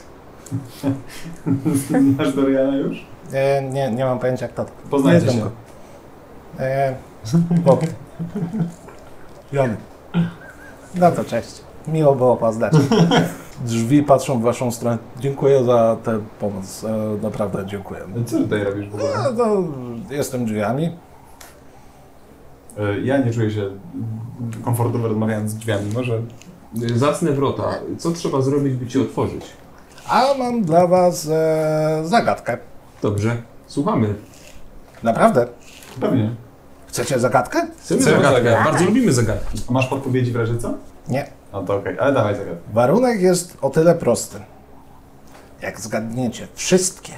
Znasz Doriana już? Nie mam pojęcia kto to. Poznajcie Nie się. znam go. Bob. Janek. No to cześć. Miło było poznać. Drzwi patrzą w waszą stronę. Dziękuję za tę pomoc. Naprawdę dziękuję. Co tutaj robisz w ogóle? No to jestem drzwiami. Ja nie czuję się komfortowo rozmawiając z drzwiami. Może Zacne wrota. Co trzeba zrobić, by ci otworzyć? A mam dla was zagadkę. Dobrze. Słuchamy. Naprawdę? pewnie. Chcecie zagadkę? Chcemy Chcemy zagadkę. zagadkę. Bardzo lubimy zagadki. A masz podpowiedzi w razie co? Nie. No to okej, ale dawaj zagadkę. Warunek jest o tyle prosty. Jak zgadniecie wszystkie,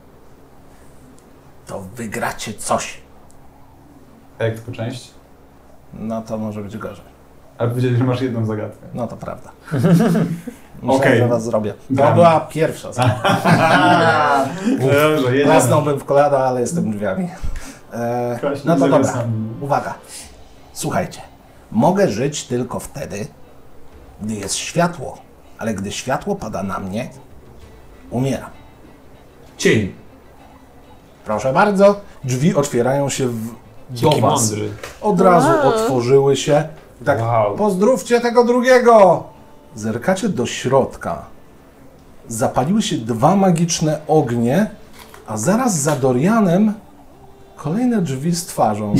to wygracie coś. A jak tylko część? No to może być gorzej. Ale powiedzieli, że masz jedną zagadkę. No to prawda. Okej. Myślałem, że was zrobię. To Gramy. była pierwsza zagadka. Dobrze, jedziemy. Klasnąłbym w kolana, ale jestem drzwiami. Kraśnik No to dobra. zawiasami. Uwaga. Słuchajcie. Mogę żyć tylko wtedy, gdy jest światło. Ale gdy światło pada na mnie, umieram. Cień. Proszę bardzo. Drzwi otwierają się do Jaki was. mądry. Od razu otworzyły się. I tak, Wow. pozdrówcie tego drugiego! Zerkacie do środka. Zapaliły się 2 magiczne ognie, a zaraz za Dorianem kolejne drzwi z twarzą.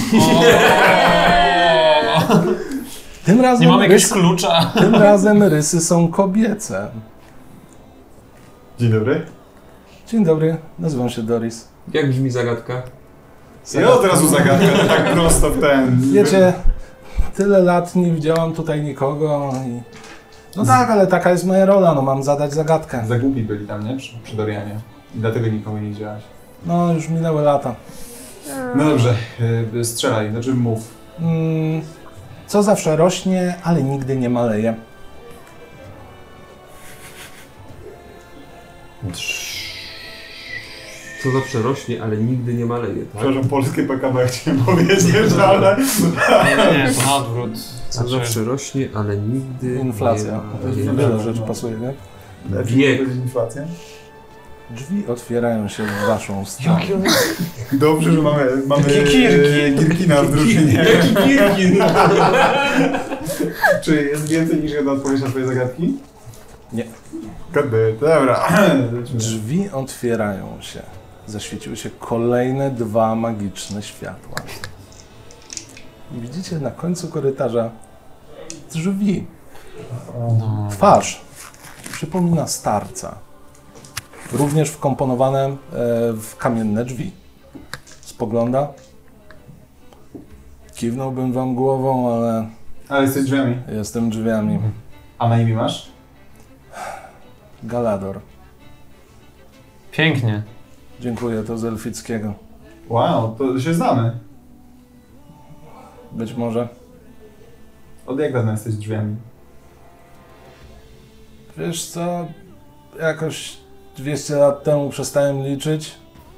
Tym razem, Nie mamy jakiegoś klucza. tym razem rysy są kobiece. Dzień dobry. Dzień dobry, nazywam się Doris. Jak brzmi zagadka? Ja od razu zagadkę, tak prosto w ten. Wiecie, tyle lat nie widziałam tutaj nikogo i... No tak, ale taka jest moja rola, no mam zadać zagadkę. Za głupi byli tam, nie? Przy Dorianie. I dlatego nikomu nie działaś. No, już minęły lata. No dobrze, strzelaj, znaczy mów. Co zawsze rośnie, ale nigdy nie maleje. Co zawsze rośnie, ale nigdy nie maleje, tak? Przepraszam, polskie PKB chciałem powiedzieć, ale... Nie, to na odwrót. Co zawsze rośnie, ale nigdy Inflacja. nie maleje. Wiele rzeczy pasuje, nie? Wiek. Inflacja? Drzwi otwierają się w waszą stronę. Dobrze, że mamy Girkina w drużynie. Jaki Girkin? Czy jest więcej niż jedna odpowiedź na twoje zagadki? Nie. Dobra. Drzwi otwierają się. Zaświeciły się kolejne 2 magiczne światła. Widzicie na końcu korytarza drzwi. Twarz przypomina starca. Również wkomponowane w kamienne drzwi. Spogląda. Kiwnąłbym wam głową, ale Ale jesteś drzwiami. jestem drzwiami. A na imię masz? Galador. Pięknie. Dziękuję, to z elfickiego. Wow, to się znamy. Być może. Od jak dawna jesteś drzwiami? Wiesz co, jakoś 200 lat temu przestałem liczyć.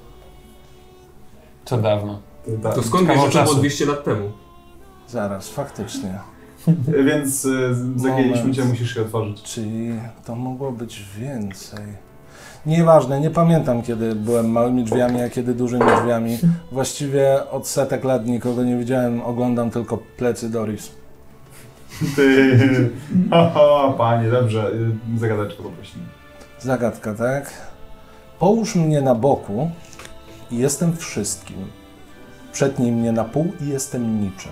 To dawno. To skąd wiesz, że to było 200 lat temu? Zaraz, faktycznie. Więc zagięliśmy cię, musisz się otworzyć. Czyli to mogło być więcej. Nieważne, nie pamiętam kiedy byłem małymi drzwiami, a kiedy dużymi drzwiami. Właściwie od setek lat nikogo nie widziałem, oglądam tylko plecy Doris. Ty, panie, dobrze, zagadeczkę poprosimy. Zagadka, tak? Połóż mnie na boku i jestem wszystkim. Przetnij mnie na pół i jestem niczym.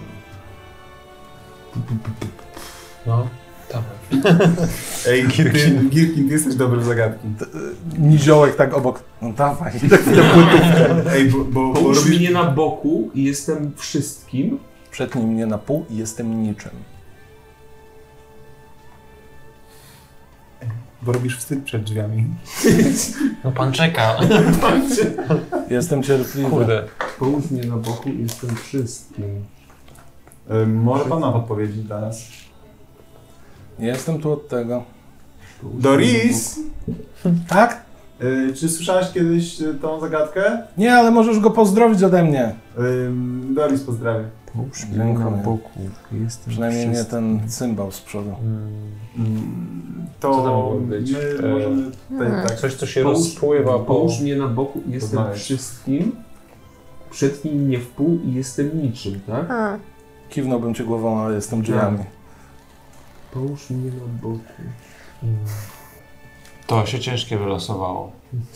No, tak. Ej, Girkin, ty jesteś dobry w zagadki. Niziołek tak obok. No dawaj. Ej, bo Połóż robisz... mnie na boku i jestem wszystkim. Przetnij mnie na pół i jestem niczym. Bo robisz wstyd przed drzwiami. No pan czeka. Jestem cierpliwy. Kurde. Połóż mnie na boku i jestem wszystkim. Może pan ma podpowiedzi dla nas? Nie jestem tu od tego. Doris! Tak? Czy słyszałaś kiedyś tą zagadkę? Nie, ale możesz go pozdrowić ode mnie. Doris pozdrawia. Połóż mnie Dziękuję. na boku i jestem Przynajmniej nie wszystkim. ten cymbał z przodu. To Co to mogło być? my możemy tutaj tak... Coś, co się Połóż- rozpływa po... Połóż mnie na boku i jestem Poznałeś. wszystkim. Przetnij mnie w pół i jestem niczym, tak? A, Kiwnąłbym ci głową, ale jestem drzwiami. Połóż mnie na boku. To się ciężkie wylosowało.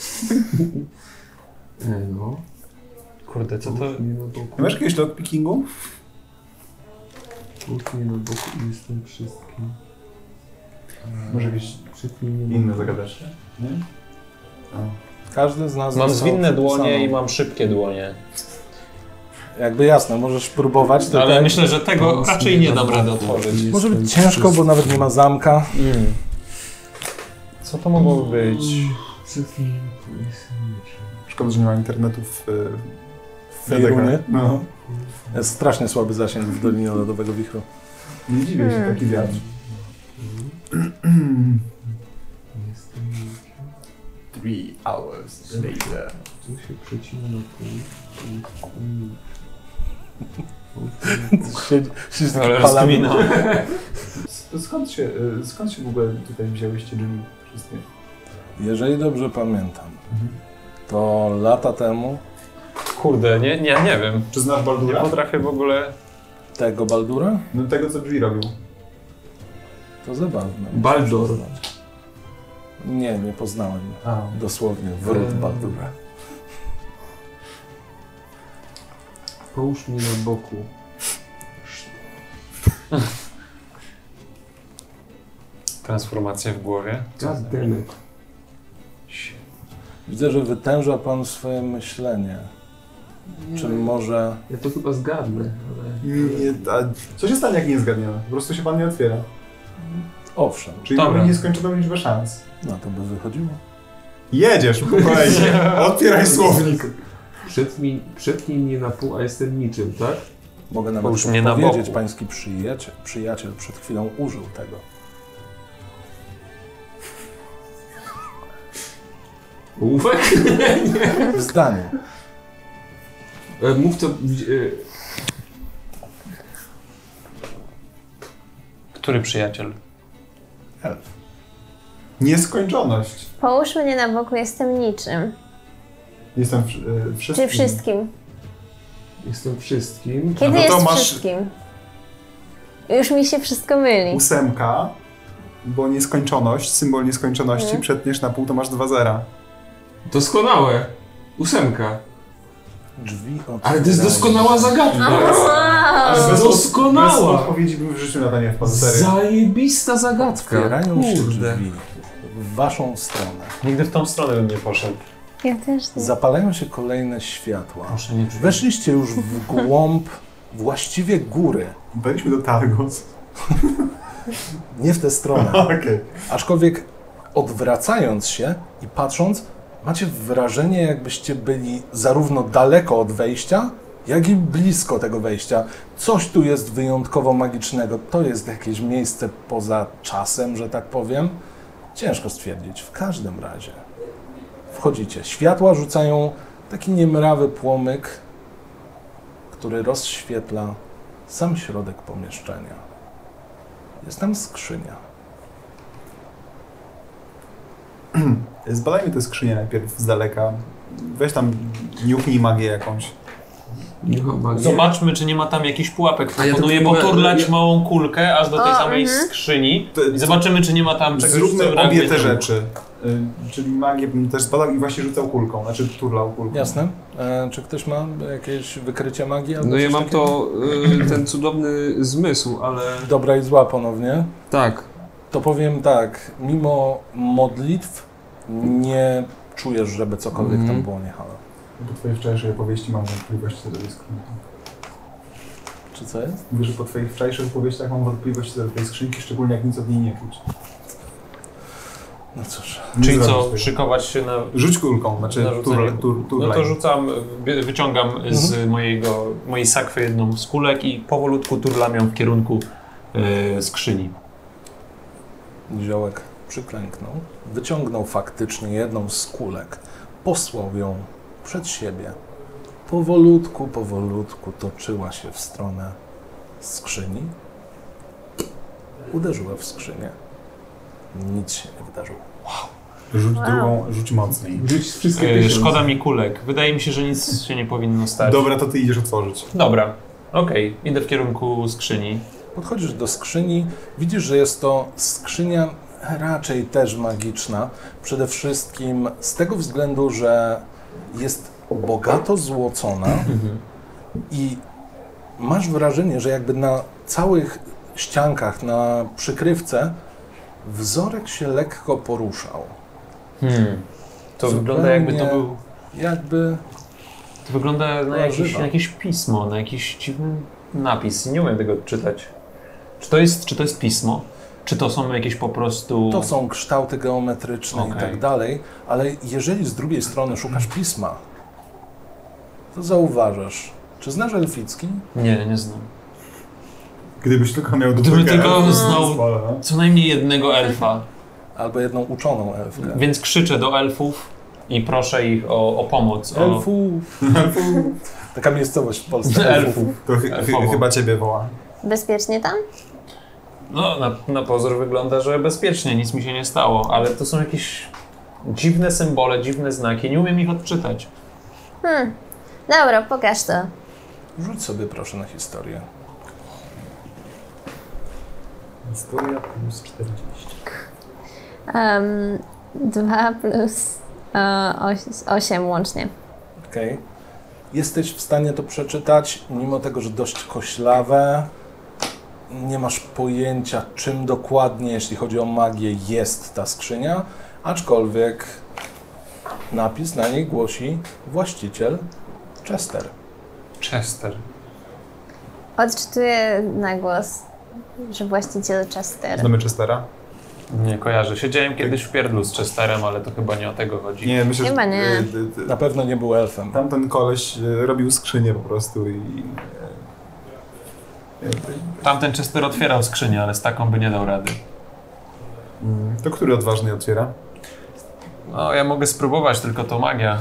No. Kurde, co to... Połóż mnie na boku. Masz jakieś lockpickingu? Połóż mnie na boku i jestem wszystkim. Może jakieś Przetnij mnie na inne boku. zagadeczne? Nie? Każdy z nas Mam został zwinne dłonie przypisany. i mam szybkie dłonie. Jakby jasne, możesz próbować. Tylko Ale myślę, że tego Połóż raczej mnie nie na dam rady boku i otworzyć. jestem może być ciężko, bo wszystkim. nawet nie ma zamka. Co to mogłoby być? Przetnij mnie w pół i jestem niczym. Szkoda, że nie ma internetu w Fejrunie. No. Jest strasznie słaby zasięg w Dolinie Lodowego Wichru. Nie dziwię się, taki wiatr. Jestem niczym. 3 hours later. Tu się przecina na pół i jestem niczym. Połóż mnie na boku. Siedzisz Ale taki palany. rozkmina. Skąd się w ogóle tutaj wzięłyście drzwi wszystkie? Jeżeli dobrze pamiętam, to lata temu Kurde, nie wiem. Czy znasz Nie Baldura? potrafię w ogóle... tego Baldura, No tego, co drzwi robił. to zabawne. Baldur. Nie, nie poznałem. A. Dosłownie, wrót Baldura. Połóż mnie na boku. Transformacje w głowie. God damn it. Widzę, że wytęża pan swoje myślenie. Czy może... Ja to chyba zgadnę, ale... Nie, co się stanie, jak nie zgadniemy? Po prostu się pan nie otwiera. Owszem, Czyli Dobra. mamy nieskończoną liczbę szans. no to by wychodziło. Jedziesz, spokojnie. Otwieraj słownik. Przetnij mnie na pół, a jestem niczym, tak? Mogę nawet Połóż mnie na powiedzieć, boku. pański przyjaciel przed chwilą użył tego. Ołówek? W zdaniu. Mów co... Który przyjaciel? Elf. Nieskończoność. Połóż mnie na boku, jestem niczym. Jestem wszystkim. Czy wszystkim? Jestem wszystkim. Kiedy no to jest masz- wszystkim? Już mi się wszystko myli. 8, bo nieskończoność, symbol nieskończoności, przetniesz na pół, to masz 2 zera. Doskonałe. 8. Drzwi Ale to jest doskonała zagadka. Ale bez Doskonała. odpowiedzi bym w życiu na to nie wpadł, serio. Zajebista zagadka. Otwierają się Kurde. drzwi w waszą stronę. Nigdy w tą stronę bym nie poszedł. Ja też nie. Zapalają się kolejne światła. Proszę nie drzwi. Weszliście już w głąb właściwie góry. Byliśmy do Targos. Nie w tę stronę. Okej. Aczkolwiek odwracając się i patrząc, macie wrażenie, jakbyście byli zarówno daleko od wejścia, jak i blisko tego wejścia. Coś tu jest wyjątkowo magicznego. To jest jakieś miejsce poza czasem, że tak powiem. Ciężko stwierdzić. W każdym razie wchodzicie. Światła rzucają taki niemrawy płomyk, który rozświetla sam środek pomieszczenia. Jest tam skrzynia. Zbadajmy tę skrzynię najpierw z daleka. Weź tam, niuknij magię jakąś. Nie ma magii. Zobaczmy, czy nie ma tam jakichś pułapek. A ja Proponuję tylko mogę- poturlać małą kulkę aż do tej O, samej skrzyni i zobaczymy, czy nie ma tam czegoś, co Zróbmy reaguje obie te na ruch. rzeczy. Czyli magię bym też zbadał i właśnie rzucał kulką, znaczy turlał kulką. Jasne. Czy ktoś ma jakieś wykrycie magii? Albo No ja coś mam takiego? to, ten cudowny zmysł, ale... Dobra i zła ponownie. Tak. To powiem tak, mimo modlitw nie czujesz, żeby cokolwiek tam było niehalo. Po twojej wczorajszej opowieści mam wątpliwości co do tej skrzynki. Czy co jest? Mówię, że po twoich wczorajszych opowieściach mam wątpliwości co do tej skrzynki, szczególnie jak nic od niej nie czuć. No cóż. Nie Czyli zrobisz co, tego. szykować się na... Rzuć kulką, znaczy Na rzucenie. turlaj. No to rzucam, wyciągam z mojej sakwy jedną z kulek i powolutku turlam ją w kierunku skrzyni. Ziołek przyklęknął, wyciągnął faktycznie jedną z kulek, posłał ją przed siebie. Powolutku toczyła się w stronę skrzyni. Uderzyła w skrzynię. Nic się nie wydarzyło. Rzuć drugą, rzuć mocniej. Rzuć wszystkie tysiące. Szkoda mi kulek. Wydaje mi się, że nic się nie powinno stać. Dobra, to ty idziesz otworzyć. Dobra. Okej, idę w kierunku skrzyni. Podchodzisz do skrzyni, widzisz, że jest to skrzynia raczej też magiczna. Przede wszystkim z tego względu, że jest bogato złocona i masz wrażenie, że jakby na całych ściankach, na przykrywce wzorek się lekko poruszał. To wygląda jakby to był... Jakby To wygląda na żywa. jakieś pismo, na jakiś dziwny napis. Nie umiem tego odczytać. Czy to jest pismo? Czy to są jakieś po prostu... to są kształty geometryczne i Okej. tak dalej, ale jeżeli z drugiej strony szukasz pisma, to zauważasz. Czy znasz elficki? Nie znam. Gdybyś tylko miał Gdybym dwójkę tylko elfów, znał no. co najmniej jednego elfa. Albo jedną uczoną elfkę. Więc krzyczę do elfów i proszę ich o pomoc. Elfów! Taka miejscowość w Polsce. Elfów. To Elfowo. chyba ciebie woła. Bezpiecznie tam? No, na pozór wygląda, że bezpiecznie, nic mi się nie stało, ale to są jakieś dziwne symbole, dziwne znaki, nie umiem ich odczytać. Dobra, pokaż to. Rzuć sobie proszę na historię. Historia plus 40. 2 plus 8 łącznie. Okej. Jesteś w stanie to przeczytać, mimo tego, że dość koślawe. Nie masz pojęcia, czym dokładnie, jeśli chodzi o magię, jest ta skrzynia, aczkolwiek napis na niej głosi właściciel Chester. Chester. Odczytuję na głos, że właściciel Chester. Znamy Chestera? Nie kojarzę. Siedziałem kiedyś w pierdlu z Chesterem, ale to chyba nie o tego chodzi. Nie, myślę, Chyba że nie. Na pewno nie był elfem. tamten koleś robił skrzynię po prostu i... Tamten Chester otwierał skrzynię, ale z taką by nie dał rady. To który odważny otwiera? No, ja mogę spróbować, tylko to magia.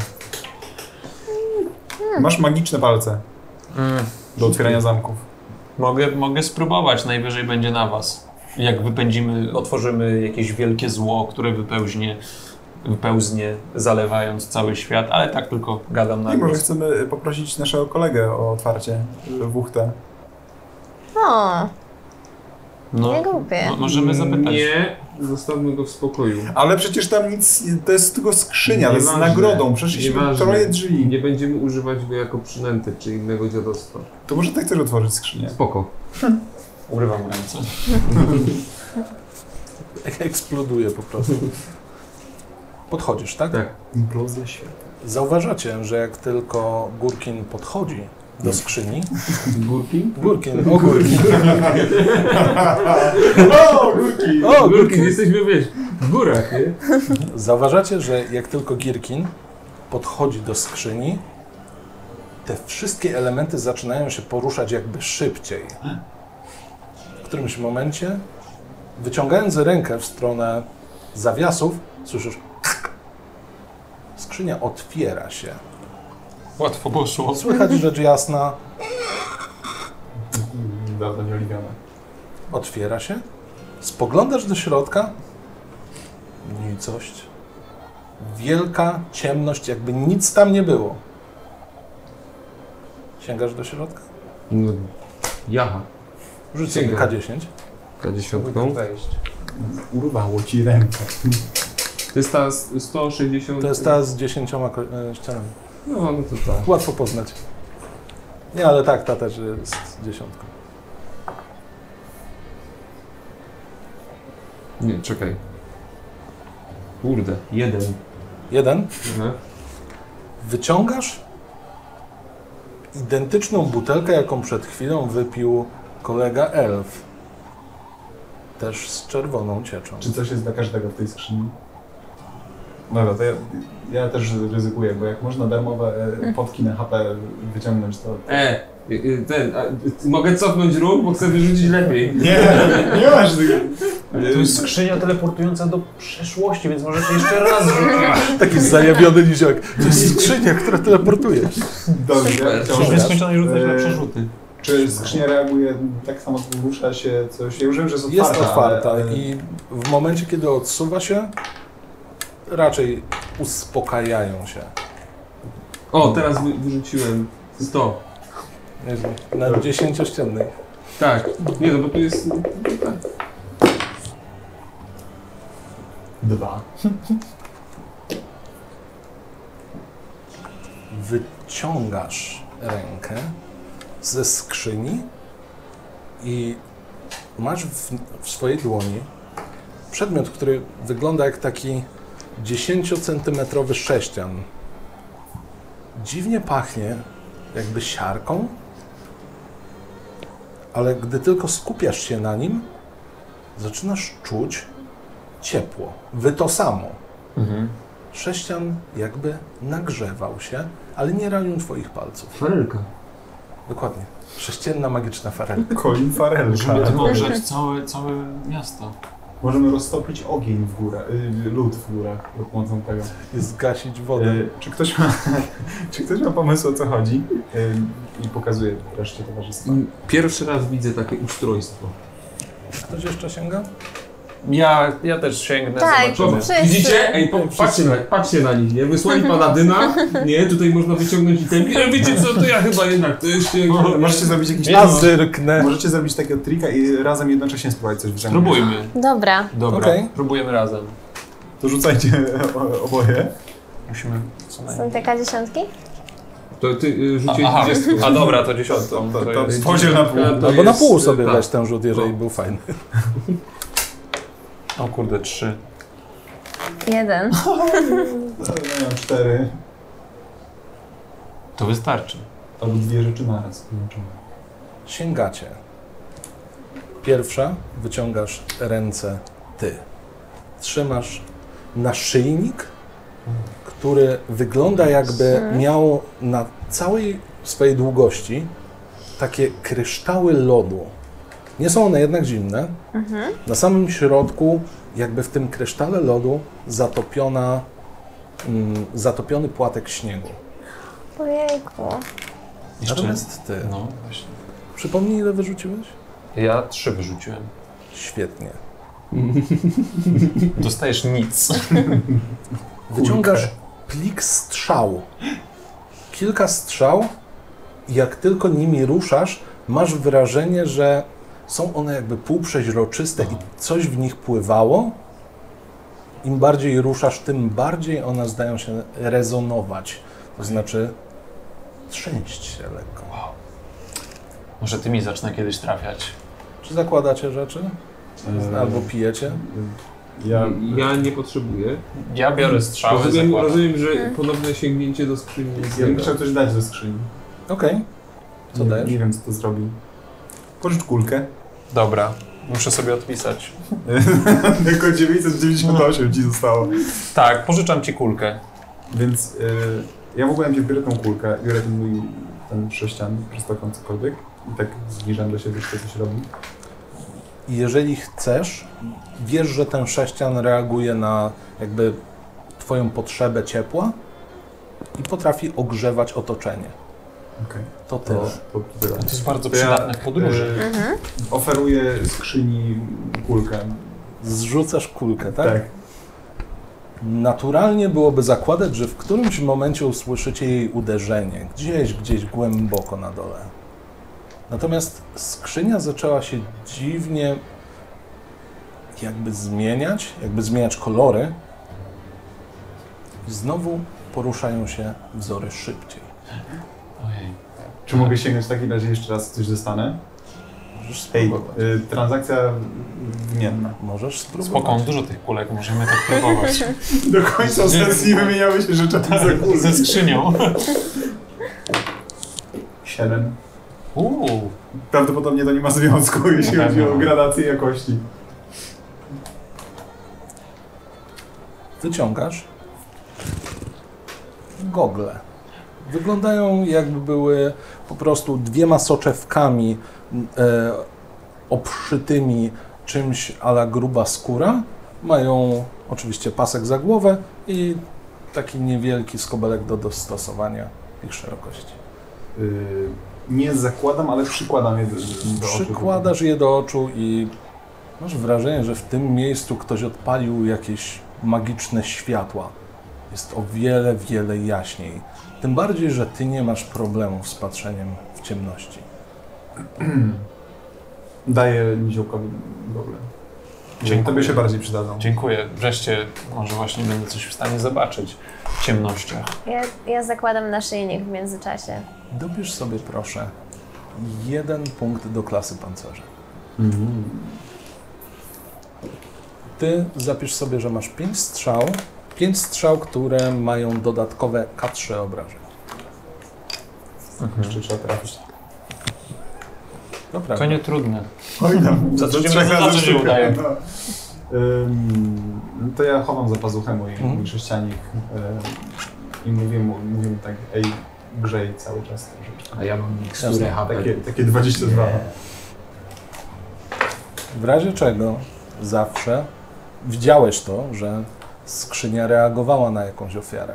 Masz magiczne palce do otwierania zamków. Mogę spróbować, najwyżej będzie na was. Jak otworzymy jakieś wielkie zło, które wypełznie, zalewając cały świat, ale tak tylko gadam na I może głos. chcemy poprosić naszego kolegę o otwarcie wuchtę. O, No, nie głupie. możemy zapytać. Nie, zostawmy go w spokoju. Ale przecież tam nic, to jest tylko skrzynia, to jest z Nieważne. nagrodą. Przeszliśmy Nieważne. troje drzwi. Nie będziemy używać go jako przynęty czy innego dziadostwa. To może ty chcesz otworzyć skrzynię? Spoko. Urywam ręce. Eksploduje po prostu. Podchodzisz, tak? Tak. Implozja świata. Zauważacie, że jak tylko Gurkin podchodzi do skrzyni... Górki? Gurkin. O, Gurkin. O, Górki, jesteśmy, wiesz, w górach, nie? Zauważacie, że jak tylko Girkin podchodzi do skrzyni, te wszystkie elementy zaczynają się poruszać jakby szybciej. W którymś momencie, wyciągając rękę w stronę zawiasów, słyszysz... Skrzynia otwiera się. Łatwo poszło. Słychać rzecz jasna. Dawno nie oliwione. Otwiera się. Spoglądasz do środka. Nicość. Wielka ciemność, jakby nic tam nie było. Sięgasz do środka? No, jaha. Rzuć sobie Sięgam. K10. K10. Wejść. Urwało ci rękę. To jest ta 160... To jest ta z 10 ścianami. No, no to tak. Łatwo poznać. Nie, ale tak, ta też jest z 10. Nie, czekaj. Kurde, 1. 1. Aha. Wyciągasz identyczną butelkę, jaką przed chwilą wypił kolega elf. Też z czerwoną cieczą. Czy coś jest dla każdego w tej skrzyni? Dobra, to ja też ryzykuję, bo jak można darmowe potki na HP wyciągnąć, to... Mogę cofnąć ruch, bo chcę wyrzucić lepiej. Nie masz tego. To jest skrzynia teleportująca do przeszłości, więc możecie jeszcze raz rzucić. Taki zajawiony niziołek. To jest skrzynia, która teleportuje. Dobrze. Już nieskończone rzucać na przerzuty. Czy skrzynia reaguje tak samo, rusza się coś? Ja już wiem, że jest otwarta. Jest otwarta ale... i w momencie, kiedy odsuwa się, raczej uspokajają się. O, teraz wyrzuciłem 100. Nieźle. Na 10-ściennej. Tak. Nie no, bo tu jest... Tak. 2. Wyciągasz rękę ze skrzyni i masz w swojej dłoni przedmiot, który wygląda jak taki 10-centymetrowy sześcian. Dziwnie pachnie, jakby siarką, ale gdy tylko skupiasz się na nim, zaczynasz czuć ciepło. Wy to samo. Sześcian jakby nagrzewał się, ale nie ranił twoich palców. Farelka. Dokładnie. Sześcienna magiczna farelka. Colin Farrell. Możemy ogrzać całe miasto. Możemy roztopić ogień w górach, lód w górach za pomocą tego. I zgasić wodę. Czy ktoś ma pomysł, o co chodzi? I pokazuje reszcie towarzystwa. Pierwszy raz widzę takie ustrojstwo. Ktoś jeszcze sięga? Ja też sięgnę, Tak, zobaczymy. wszyscy. Widzicie? Ej, patrzcie na nich, nie? Wysłali paladyna, nie? Tutaj można wyciągnąć item. Wiecie co, to ja chyba jednak, to jeszcze... Możecie zrobić jakiś Ja zyrknę. Możecie zrobić takiego trika i razem jednocześnie spróbować coś wyciągnąć. Spróbujmy. Dobra. Dobra, Okej. próbujemy razem. To rzucajcie oboje. Musimy co najmniej. Są te K10? To ty rzuciłeś Aha, 20. a dobra, to 10. To podziel na pół. To Albo na jest, pół sobie tak. weź ten rzut, jeżeli był fajny. O kurde, 3. 1. Ja mam 4. To wystarczy. Albo 2 rzeczy naraz. Sięgacie. Pierwsza, wyciągasz ręce ty. trzymasz naszyjnik, który wygląda jakby miał na całej swojej długości takie kryształy lodu. Nie są one jednak zimne. Na samym środku, jakby w tym krysztale lodu, zatopiony płatek śniegu. Ojejku. Natomiast ty, No właśnie. przypomnij, ile wyrzuciłeś? Ja 3 wyrzuciłem. Świetnie. Dostajesz nic. Wyciągasz plik strzał. Kilka strzał i jak tylko nimi ruszasz, masz wrażenie, że są one jakby półprzeźroczyste i coś w nich pływało. Im bardziej ruszasz, tym bardziej one zdają się rezonować. To znaczy trzęść się lekko. Może ty mi zacznę kiedyś trafiać. Czy zakładacie rzeczy? Albo pijecie? Ja nie potrzebuję. Ja biorę strzały, zakładam. Rozumiem, że ponowne sięgnięcie do skrzyni jest Ja bym chciał coś dać do skrzyni. Okej. Co nie, dajesz? Nie wiem, co to zrobi. Pożycz kulkę. Dobra, muszę sobie odpisać. Tylko 998 ci zostało. Tak, pożyczam ci kulkę. Więc ja w ogóle biorę tą kulkę, biorę ten sześcian, prostokąt, cokolwiek i tak zbliżam do siebie, czy coś robi. I jeżeli chcesz, wiesz, że ten sześcian reaguje na jakby twoją potrzebę ciepła i potrafi ogrzewać otoczenie. Okej. To tyle. Tyle. To jest bardzo To ja, przydatne w podróży. Oferuję skrzyni kulkę. Zrzucasz kulkę, tak? Tak. Naturalnie byłoby zakładać, że w którymś momencie usłyszycie jej uderzenie, gdzieś głęboko na dole. Natomiast skrzynia zaczęła się dziwnie jakby zmieniać kolory i znowu poruszają się wzory szybciej. Ojej. Czy mogę sięgnąć w takim razie jeszcze raz coś dostanę? Możesz Ej, spróbować. transakcja wymienna. Możesz spróbować. Spoko, mam dużo tych kulek, możemy tak próbować. Do końca sesji wymieniały się rzeczy za kulkę. Ze skrzynią. 7. Prawdopodobnie to nie ma związku, jeśli chodzi o gradację jakości. Wyciągasz gogle. Wyglądają jakby były po prostu 2 soczewkami obszytymi czymś a la gruba skóra. Mają oczywiście pasek za głowę i taki niewielki skobelek do dostosowania ich szerokości. Nie zakładam, ale przykładam je do oczu. Przykładasz je do oczu i masz wrażenie, że w tym miejscu ktoś odpalił jakieś magiczne światła. Jest o wiele jaśniej. Tym bardziej, że ty nie masz problemów z patrzeniem w ciemności. Daję niziołkowi gogle. Dziękuję. Tobie się bardziej przydadzą. Dziękuję. Wreszcie może właśnie będę coś w stanie zobaczyć w ciemnościach. Ja zakładam naszyjnik w międzyczasie. Dopisz sobie proszę 1 punkt do klasy pancerza. Ty zapisz sobie, że masz 5 strzał. 5 strzał, które mają dodatkowe K3 obrażeń. Jeszcze trzeba trafić. Dobra. To nie trudne. Oj tam, Za co się udaje? No. To ja chowam za pazuchę mój sześcianik i mówię mu tak, ej, grzej cały czas. A ja mam miksturę HP. Takie 22. W razie czego zawsze widziałeś to, że skrzynia reagowała na jakąś ofiarę.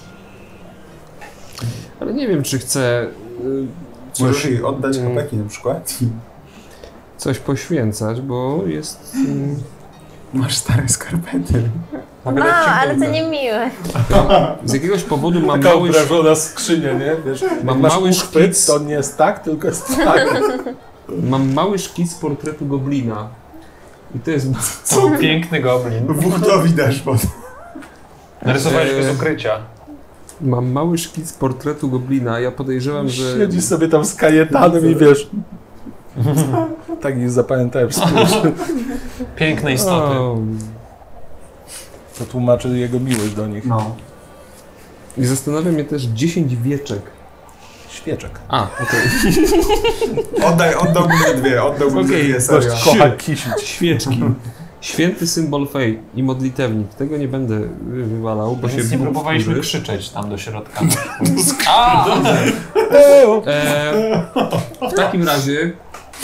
Ale nie wiem, czy chcę Możesz jej oddać hapeki na przykład. coś poświęcać, bo jest... Masz stare skarpety. Mogę No, dać ci ale to kulkę. niemiłe. Z jakiegoś powodu mam Taka mały... obrażona skrzynia, nie? Wiesz, Mam masz mały uchwyt, szkic. to nie jest tak, tylko jest tak. Mam mały szkic portretu goblina. I to jest... Co? Piękny goblin. Wuchtowi dashboard. Narysowałeś go z ukrycia. Mam mały szkic portretu goblina. Ja podejrzewam, że... Siedzisz sobie tam z Kajetanem i wiesz... Tak ich zapamiętałem w skrócie. Piękne istoty. O, To tłumaczy jego miłość do nich. No. I zastanawia mnie też 10 wieczek. Świeczek. A, okej. Oddałbym mi 2, oddałbym Okej, mi 2, serio. Gość kocha kisić. Świeczki. Święty symbol fej i modlitewnik. Tego nie będę wywalał, bo się Nic nie Bóg próbowaliśmy wkurzy. krzyczeć tam do środka. W takim razie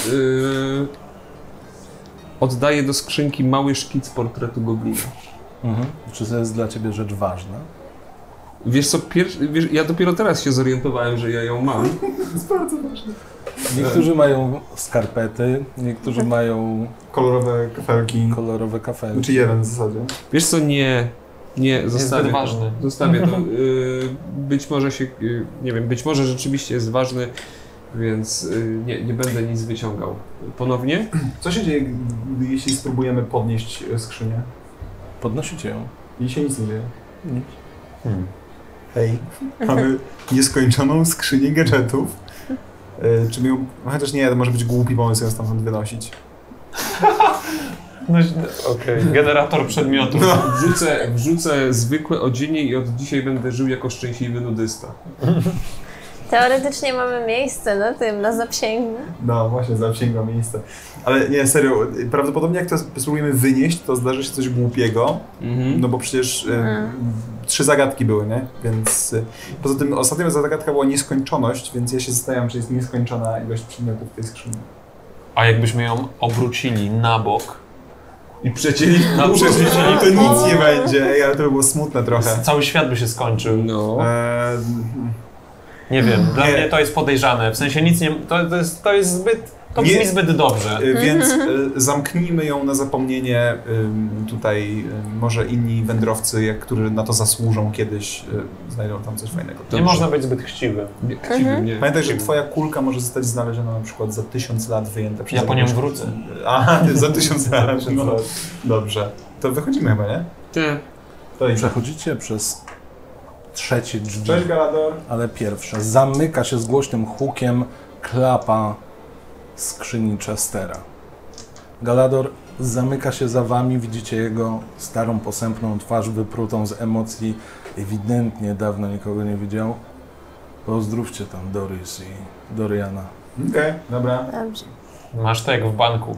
oddaję do skrzynki mały szkic portretu goblina. Czy to jest dla ciebie rzecz ważna? Wiesz co, ja dopiero teraz się zorientowałem, że ja ją mam. Niektórzy mają skarpety, niektórzy mają Kolorowe kafelki. kolorowe kafelki. Czy jeden w zasadzie. Wiesz co, nie, zostawię zbyt to. ważny. Zostawię to. Być może się, nie wiem, być może rzeczywiście jest ważny, więc nie będę nic wyciągał. Ponownie? Co się dzieje, jeśli spróbujemy podnieść skrzynię? Podnosicie ją. I się nic nie dzieje. Nic. Hej, mamy nieskończoną skrzynię gadżetów. Czy my ją... Chociaż nie, to może być głupi pomysł ją stamtąd wynosić. No, okej. Generator przedmiotów. Wrzucę zwykłe odzienie i od dzisiaj będę żył jako szczęśliwy nudysta. Teoretycznie mamy miejsce na zapsięgu. No właśnie, zasięga miejsce. Ale nie, serio, prawdopodobnie jak to spróbujemy wynieść, to zdarzy się coś głupiego, no bo przecież 3 zagadki były, nie? Więc poza tym ostatnia zagadka była nieskończoność, więc ja się zastanawiam, czy jest nieskończona ilość przedmiotów w tej skrzyni. A jakbyśmy ją obrócili na bok, I przecięli No przecież to nic nie będzie, ej, ale to by było smutne trochę. cały świat by się skończył. No. Nie wiem, dla Nie. mnie to jest podejrzane. W sensie nic nie... To jest zbyt... To brzmi Nie. zbyt dobrze. Więc zamknijmy ją na zapomnienie. Tutaj może inni wędrowcy, którzy na to zasłużą kiedyś, znajdą tam coś fajnego. Nie można być zbyt chciwym. Chciwym, nie. Pamiętaj, że twoja kulka może zostać znaleziona na przykład za 1000 lat wyjęta przez... Ja po nią wrócę. Aha, za 1000 lat. No, dobrze. To wychodzimy chyba, nie? Te. To idź. Przechodzicie przez trzecie drzwi, Cześć Galador. ale pierwsze. Zamyka się z głośnym hukiem klapa skrzyni Chestera. Galador zamyka się za wami, widzicie jego starą, posępną twarz wyprutą z emocji. Ewidentnie dawno nikogo nie widział. Pozdrówcie tam Doris i Doriana. Okej, dobra. Dobrze. Masz to jak w banku.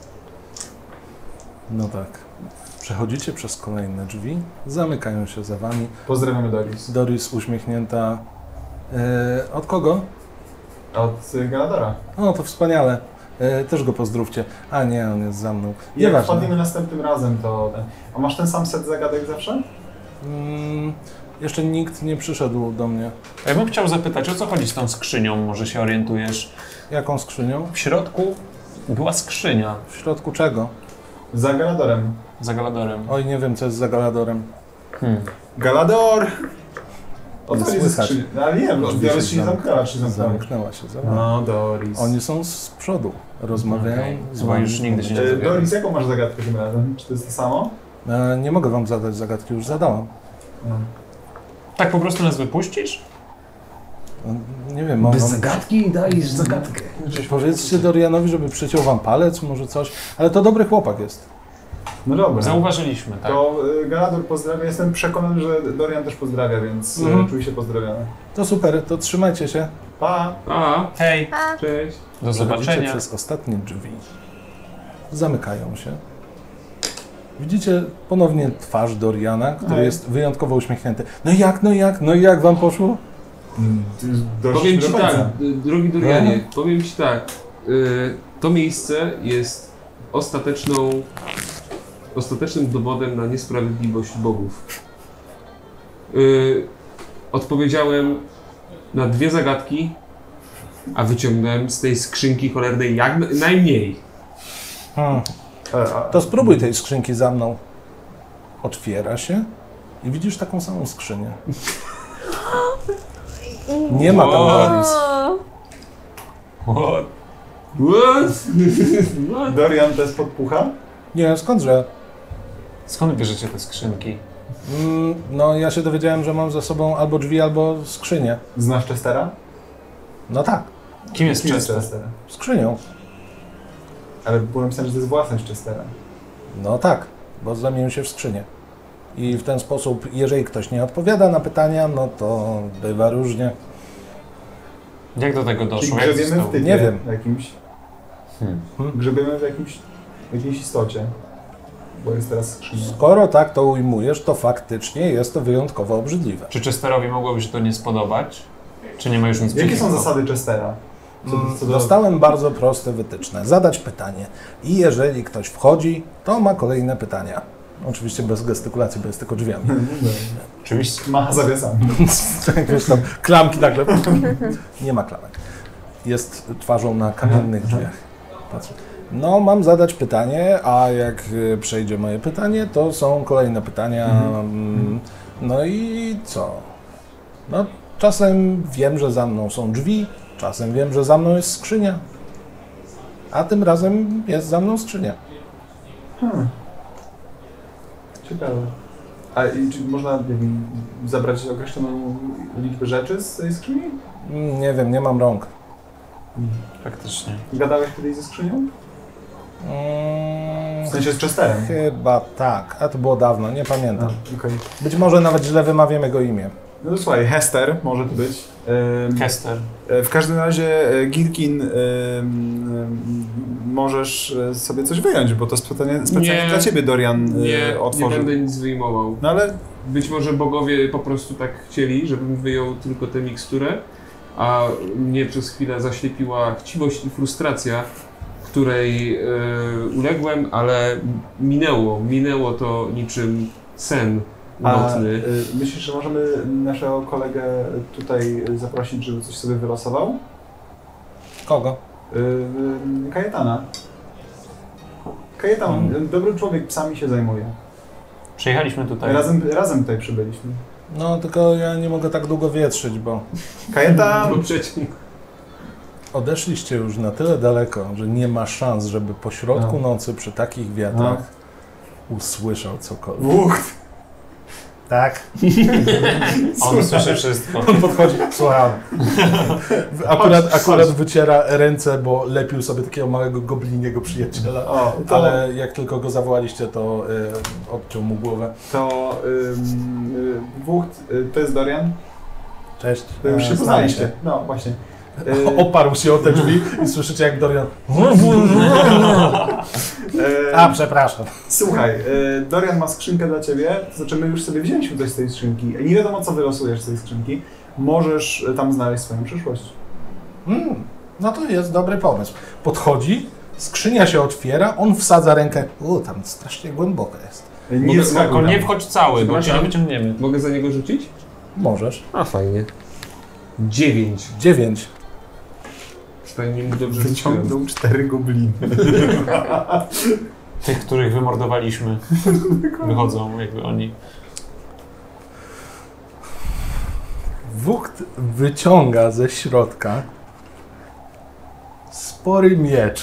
No tak. Przechodzicie przez kolejne drzwi, zamykają się za wami. Pozdrawiamy Doris. Doris uśmiechnięta. Od kogo? Od Galadora. O, to wspaniale. Też go pozdrówcie. A nie, on jest za mną. Jak Nieważne. wpadniemy następnym razem, to... A masz ten sam set zagadek zawsze? Jeszcze nikt nie przyszedł do mnie. Ja bym chciał zapytać, o co chodzi z tą skrzynią, może się orientujesz? Jaką skrzynią? W środku była skrzynia W środku czego? Za Galadorem. za Galadorem. Oj, nie wiem, co jest za Galadorem. Galador! O Nie co jest słychać. skrzynia? No, ale nie wiem, Drzwi Doris się się nie zamknęła, czy zamknęła? Zamknęła się za wami. No, Doris. Oni są z przodu. Rozmawiają Okej, z bo wami. już nigdy się nie Doris, jaką masz zagadkę tym razem? Czy to jest to samo? Nie mogę wam zadać zagadki, już zadałam. Tak po prostu nas wypuścisz? Nie wiem, mam... zagadki dajesz zagadkę. Powiedzcie Dorianowi, żeby przeciął wam palec, może coś. Ale to dobry chłopak jest. No dobra. Zauważyliśmy, tak? To Galador pozdrawia. Jestem przekonany, że Dorian też pozdrawia, więc czuję się pozdrowiony. To super, to trzymajcie się. Pa! A, Hej, A, cześć. do Przechodzicie zobaczenia. przez ostatnie drzwi. Zamykają się. Widzicie ponownie twarz Doriana, który Hej. jest wyjątkowo uśmiechnięty. No i jak wam poszło? Powiem ci tak, drogi Dorianie, powiem ci tak. To miejsce jest ostatecznym dowodem na niesprawiedliwość bogów. Odpowiedziałem na 2 zagadki, a wyciągnąłem z tej skrzynki cholernej jak najmniej. To spróbuj tej skrzynki za mną. Otwiera się i widzisz taką samą skrzynię. Nie ma tam Doris. What? What? Dorian to jest podpucha? Nie, skądże? Skąd bierzecie te skrzynki? No, ja się dowiedziałem, że mam ze sobą albo drzwi, albo skrzynię. Znasz Chestera? No tak, Kim jest Kim jest Chester? Chester? skrzynią. Ale było napisane, że to jest własność Chestera. No tak, bo zamienił się w skrzynię. I w ten sposób, jeżeli ktoś nie odpowiada na pytania, no to bywa różnie. Jak do tego Czyli doszło? Jak grzebiemy w zostało? typie Nie wiem. jakimś. Grzebiemy w jakiejś istocie. bo jest teraz skrzynia. Skoro tak to ujmujesz, to faktycznie jest to wyjątkowo obrzydliwe. Czy Chesterowi mogłoby się to nie spodobać? Czy nie ma już nic Jakie są przeciwko? zasady Chestera? Co do... Dostałem bardzo proste wytyczne. Zadać pytanie. I jeżeli ktoś wchodzi, to ma kolejne pytania. Oczywiście bez gestykulacji, bo jest tylko drzwiami. Oczywiście. Macha zawiasami. Jakieś tam klamki nagle. Nie ma klamek. Jest twarzą na kamiennych drzwiach. Patrzę. No, mam zadać pytanie, a jak przejdzie moje pytanie, to są kolejne pytania. No i co? No, czasem wiem, że za mną są drzwi, czasem wiem, że za mną jest skrzynia. A tym razem jest za mną skrzynia. Ciekawe. A czy można, nie wiem, zabrać określoną liczbę rzeczy z tej skrzyni? Nie wiem, nie mam rąk. Faktycznie. Gadałeś kiedyś ze skrzynią? W sensie z Chesterem? Chyba tak, a to było dawno, nie pamiętam. Okej. Być może nawet źle wymawiam jego imię. No to słuchaj, Hester może to być. Kester. W każdym razie, Gilkin, możesz sobie coś wyjąć, bo to specjalnie Nie. dla ciebie Dorian Nie otworzył. będę nic wyjmował. No ale Być może bogowie po prostu tak chcieli, żebym wyjął tylko tę miksturę, a mnie przez chwilę zaślepiła chciwość i frustracja, której uległem, ale minęło to niczym sen nocny. myślisz, że możemy naszego kolegę tutaj zaprosić, żeby coś sobie wylosował? Kogo? Kajetana. Kajetan, dobry człowiek, psami się zajmuje. Przyjechaliśmy tutaj. Razem tutaj przybyliśmy. No, tylko ja nie mogę tak długo wietrzyć, bo Kajetan! Bo przecież odeszliście już na tyle daleko, że nie ma szans, żeby po środku nocy przy takich wiatrach usłyszał cokolwiek. Tak. On słyszy wszystko. On podchodzi, słucham. Akurat wyciera ręce, bo lepił sobie takiego małego gobliniego przyjaciela. Ale jak tylko go zawołaliście, to odciął mu głowę. To Wucht, to jest Dorian? Cześć. To już się poznaliście. No właśnie. Oparł się o te drzwi i słyszycie jak Dorian... A, przepraszam. Słuchaj, Dorian ma skrzynkę dla ciebie, to znaczy my już sobie wzięliśmy coś z tej skrzynki. Nie wiadomo co wylosujesz z tej skrzynki. Możesz tam znaleźć swoją przyszłość. No to jest dobry pomysł. Podchodzi, skrzynia się otwiera, on wsadza rękę. Tam strasznie głęboko jest. Tylko nie wchodź cały, bo cię nie wyciągniemy. mogę za niego rzucić? Możesz. A fajnie. 9. 9. Przynajmniej mu dobrze rzuciłem. Wyciągnął 4 gobliny. Tych, których wymordowaliśmy, wychodzą jakby oni. Wucht wyciąga ze środka spory miecz.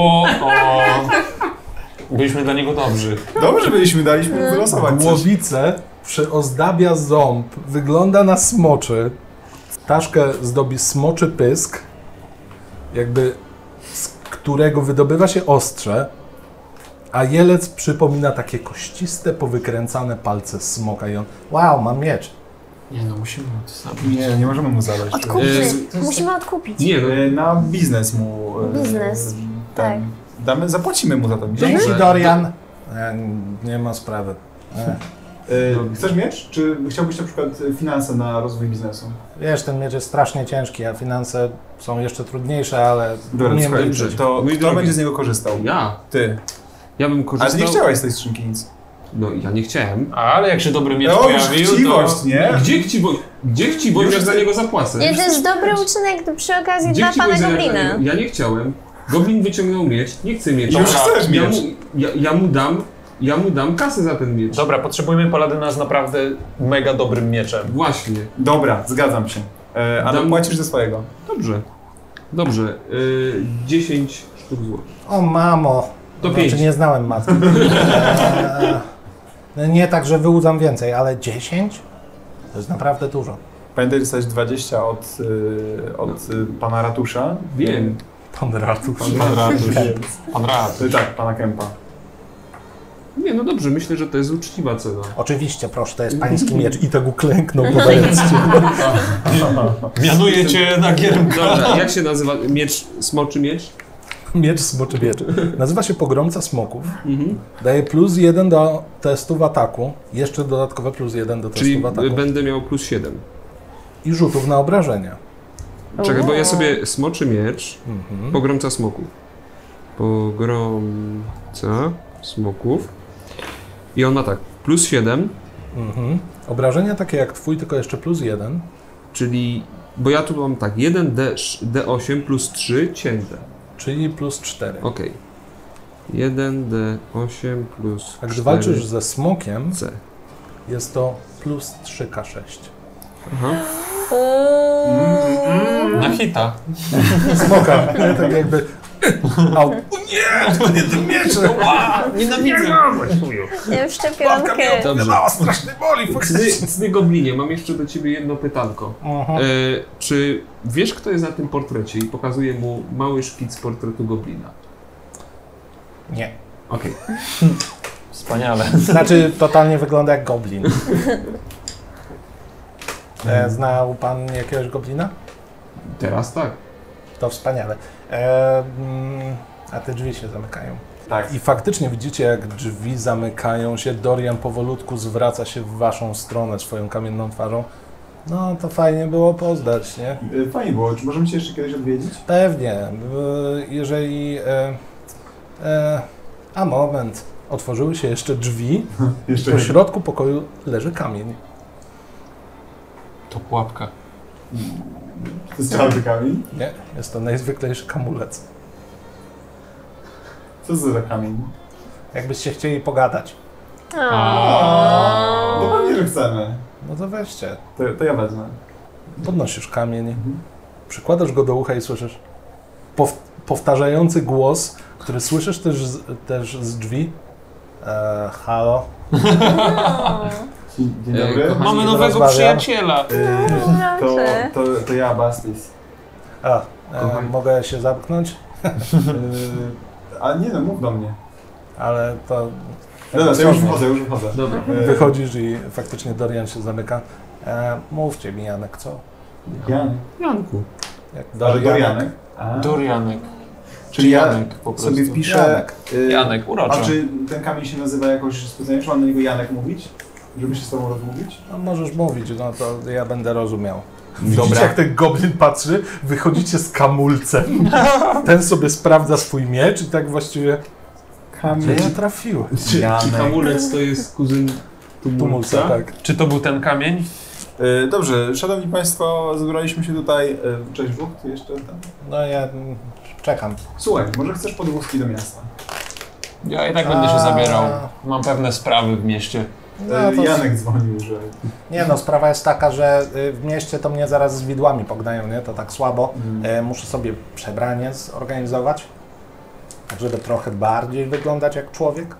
Byliśmy dla niego dobrzy. Dobrze daliśmy mu wylosować coś. Głowicę przyozdabia ząb, wygląda na smoczy. Ptaszkę zdobi smoczy pysk, jakby z którego wydobywa się ostrze, a jelec przypomina takie kościste, powykręcane palce smoka i on, wow, mam miecz. Nie no, musimy to zabrać. Nie możemy mu zadać. Musimy odkupić. Nie, no Na biznes mu. Biznes, tak. Zapłacimy mu za to. Dzięki, Dorian. Nie ma sprawy. Chcesz miecz? Czy chciałbyś na przykład finanse na rozwój biznesu? Wiesz, ten miecz jest strasznie ciężki, a finanse są jeszcze trudniejsze, ale Dobra, umiem słuchaj, liczyć. to Mój kto drogi. będzie z niego korzystał? ja. Ty. Ja bym Ale korzystał... ty nie chciałeś z tej skrzynki nic. No ja nie chciałem. Ale jak się dobry miecz No już pojawił, chciwość, to... nie? Gdzie chciwość, jak za niego zapłacę? Nie, to jest dobry uczynek przy okazji Gdzie dla pana chciwość, Goblina. Ja nie chciałem. Goblin wyciągnął miecz, nie chcę miecza. Już chcesz ja miecz. Ja mu dam kasę za ten miecz. Dobra, potrzebujemy paladyna z naprawdę mega dobrym mieczem. Właśnie. Dobra, zgadzam się. Ale Dam- płacisz ze swojego. Dobrze. 10 sztuk złotych. O mamo. To Znaczy, 5. nie znałem matki. Nie tak, że wyłudzam więcej, ale 10? To jest naprawdę dużo. Pamiętaj, że dostałeś 20 od pana ratusza. Wiem. Pan Ratusz. Pan Ratusz. Pan Ratusz. Tak, pana Kępa. Nie, no dobrze, myślę, że to jest uczciwa cena. Oczywiście, proszę, to jest pański miecz. I tak uklęknął, podając ci. Mianuję cię na giermka. Dobra, jak się nazywa miecz, smoczy miecz? Miecz smoczy miecz. Nazywa się Pogromca Smoków. Daje +1 do testów ataku. Jeszcze dodatkowe +1 do Czyli testów ataku. będę miał +7. I rzutów na obrażenia. Czekaj, bo ja sobie smoczy miecz, pogromca smoków. Pogromca smoków. I on ma tak, +7, Obrażenia takie jak twój, tylko jeszcze +1. czyli, bo ja tu mam tak, 1d8 +3 cięte. Czyli +4. Okej. 1d8 plus A gdy 4 walczysz ze smokiem, C. jest to +3K6. Aha. Na hita. Smoka, nie? Tak jakby... Au. O nie, to nie tym mieczem! Nienawidzę. Ja już szczepionkę. Dobrze. Strasznie boli, faktycznie. Cny Goblinie, mam jeszcze do ciebie jedno pytanko. Czy wiesz, kto jest na tym portrecie i pokazuje mu mały szkic portretu Goblina? Nie. Okej. Wspaniale. Znaczy, totalnie wygląda jak goblin. Znał pan jakiegoś goblina? Teraz tak. To wspaniale. A te drzwi się zamykają. Tak. I faktycznie widzicie, jak drzwi zamykają się. Dorian powolutku zwraca się w waszą stronę swoją kamienną twarzą. No, to fajnie było poznać, nie? Fajnie było. Czy możemy cię jeszcze kiedyś odwiedzić? Pewnie. Jeżeli... A moment. Otworzyły się jeszcze drzwi. Jeszcze Po środku pokoju leży kamień. To pułapka. To jest czarny kamień? Nie, jest to najzwyklejszy kamulec. Co za kamień? Jakbyście chcieli pogadać, No pewnie, że chcemy. no to weźcie. To ja wezmę. Podnosisz kamień, przykładasz go do ucha i słyszysz powtarzający głos, który słyszysz też z drzwi. Halo? Dzień dobry. kochani, Mamy nowego rozmawiam. przyjaciela. To ja, Bastis. Mogę się zamknąć? A nie no, mów do mnie. Ale to... Dobra, to już wychodzę. Dobra. Wychodzisz i faktycznie Dorian się zamyka. Mówcie mi, Janek, co? Janek. Janku. Jak Ale Dorianek. Dorianek. Czyli ja Janek po prostu. sobie wpiszę... Janek. Janek, uroczo. A czy ten kamień się nazywa jakoś specjalnie? Czy mam na niego Janek mówić? Żeby się z tobą rozmówić? No, możesz mówić, no to ja będę rozumiał. Dobra. Widzicie, jak ten goblin patrzy, wychodzicie z kamulcem. Ten sobie sprawdza swój miecz i tak właściwie... Gdzie ja trafiłem? Czy Janek. kamulec to jest kuzyn Tumulca, Tumulca? tak. Czy to był ten kamień? Dobrze, szanowni państwo, zebraliśmy się tutaj... Cześć, Wóch, ty jeszcze tam? No ja czekam. Słuchaj, może chcesz podwózki do miasta? Ja i tak będę się zabierał. Mam pewne sprawy w mieście. No, to Janek dzwonił, że... Nie no, sprawa jest taka, że w mieście to mnie zaraz z widłami pognają, nie? To tak słabo. Muszę sobie przebranie zorganizować, tak żeby trochę bardziej wyglądać jak człowiek.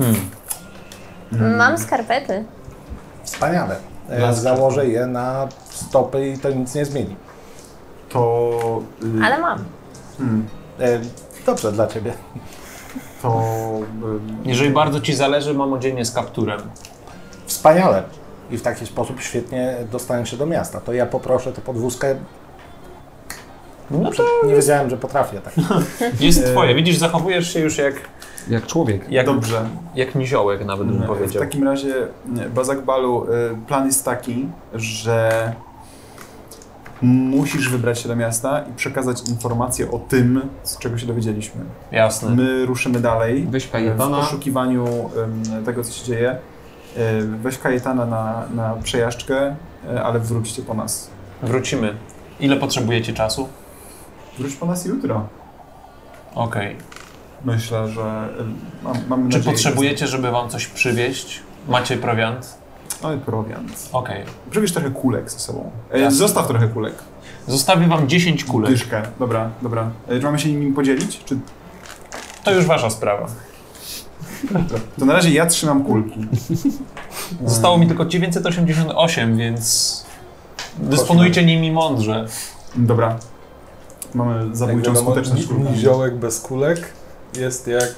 Mam skarpety. Wspaniale. Las Założę je na stopy i to nic nie zmieni. To... Ale mam. Dobrze dla ciebie. To... Jeżeli bardzo ci zależy, mam odzienie z kapturem. Wspaniale. I w taki sposób świetnie dostaję się do miasta. To ja poproszę tę podwózkę. No to Nie wiedziałem, że potrafię tak. jest twoje. Widzisz, zachowujesz się już Jak człowiek. Dobrze. jak niziołek nawet bym W powiedział. takim razie, Bazakbalu, plan jest taki, że musisz wybrać się do miasta i przekazać informacje o tym, z czego się dowiedzieliśmy. Jasne. My ruszymy dalej Weź w Kajetana. poszukiwaniu tego, co się dzieje. Weź Kajetana na przejażdżkę, ale wróćcie po nas. Wrócimy. Ile potrzebujecie czasu? Wróć po nas jutro. Okej. Myślę, że mamy Czy nadzieję, potrzebujecie, żeby wam coś przywieźć? Macie prowiant? Mamy prowiant. Okej. Przywieź trochę kulek ze sobą. Jasne. Zostaw trochę kulek. Zostawię wam 10 kulek. Dyszkę. Dobra. Czy mamy się nimi podzielić? Czy... To już wasza sprawa. To na razie ja trzymam kulki. Zostało mi tylko 988, więc dysponujcie nimi mądrze. Dobra. Mamy zabójczą skuteczność kulki. Niziołek bez kulek jest jak...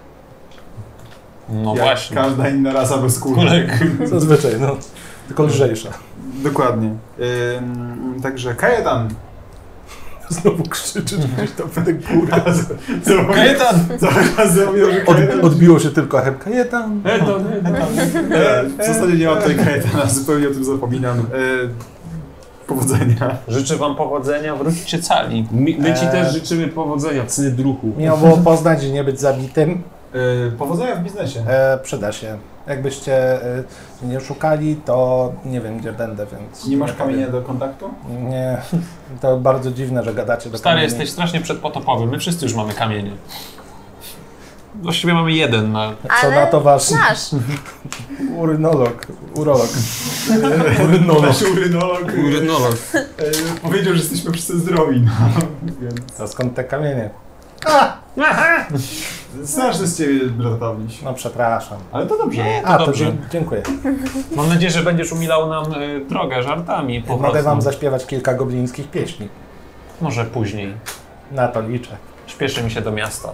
No Jak właśnie. każda inna rasa bez kulek. Kulek. Zazwyczaj, no. Tylko lżejsza. Dokładnie. Także Kajetan. Znowu krzyczysz gdzieś tam w tę górę. Kajetan! Odbiło się tylko echem Kajetan. W zasadzie nie mam tej Kajetana, zupełnie o tym zapominam. Powodzenia. Życzę wam powodzenia, wróćcie cali. My ci też życzymy powodzenia w synie druhu. Miło było poznać i nie być zabitym. Powodzenia w biznesie. Przyda się. Jakbyście nie szukali, to nie wiem, gdzie będę, więc... Nie masz kamienia do kontaktu? Nie, to bardzo dziwne, że gadacie do Stary, kamieni. jesteś strasznie przedpotopowy, my wszyscy już mamy kamienie. Właściwie mamy jeden na... Co na to wasz Nasz. urolog? Nasz urynolog Urynolog. powiedział, że jesteśmy wszyscy zdrowi. No. Więc... A skąd te kamienie? Straszny z ciebie bratowniś. No przepraszam. Ale to dobrze. A, to dobrze. dziękuję. Mam nadzieję, że będziesz umilał nam drogę żartami. Mogę wam zaśpiewać kilka goblińskich pieśni. Może później. Na to liczę. Śpieszy mi się do miasta.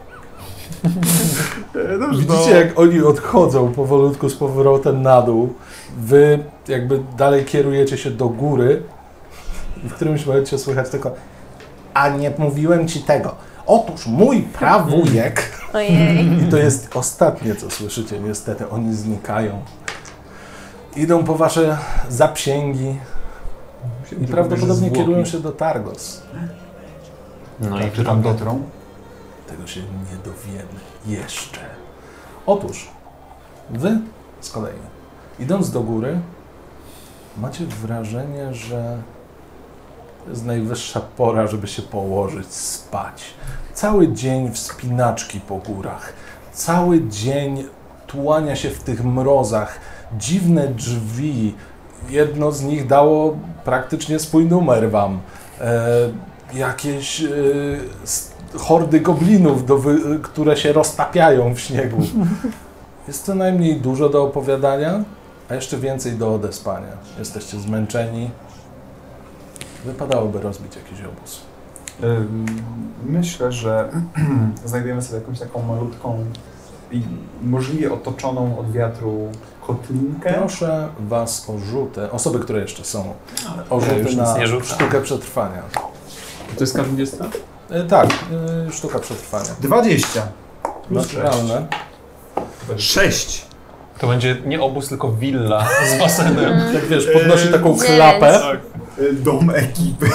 Dobrze, Widzicie, jak oni odchodzą powolutku z powrotem na dół. Wy jakby dalej kierujecie się do góry. W którymś momencie słychać tylko: a nie mówiłem ci tego. Otóż mój prawujek. Ojej. I to jest ostatnie, co słyszycie. Niestety, oni znikają. Idą po wasze zapsięgi i prawdopodobnie kierują się do Targos. No Jak czy tam dotrą? Tego się nie dowiemy jeszcze. Otóż, wy z kolei, idąc do góry, macie wrażenie, że to jest najwyższa pora, żeby się położyć, spać. Cały dzień wspinaczki po górach, cały dzień tułania się w tych mrozach, dziwne drzwi. Jedno z nich dało praktycznie swój numer wam. Jakieś hordy goblinów, które się roztapiają w śniegu. Jest co najmniej dużo do opowiadania, a jeszcze więcej do odespania. Jesteście zmęczeni. Wypadałoby rozbić jakiś obóz. Myślę, że znajdujemy sobie jakąś taką malutką i możliwie otoczoną od wiatru kotlinkę. Proszę was o rzuty, osoby, które jeszcze są, o już rzuty nic na nie rzucam. sztukę przetrwania. To jest K20? Tak, sztuka przetrwania. 20. Naturalne. 6. To będzie nie obóz, tylko willa z basenem. Jak wiesz, podnosi taką 9. klapę. Dom ekipy.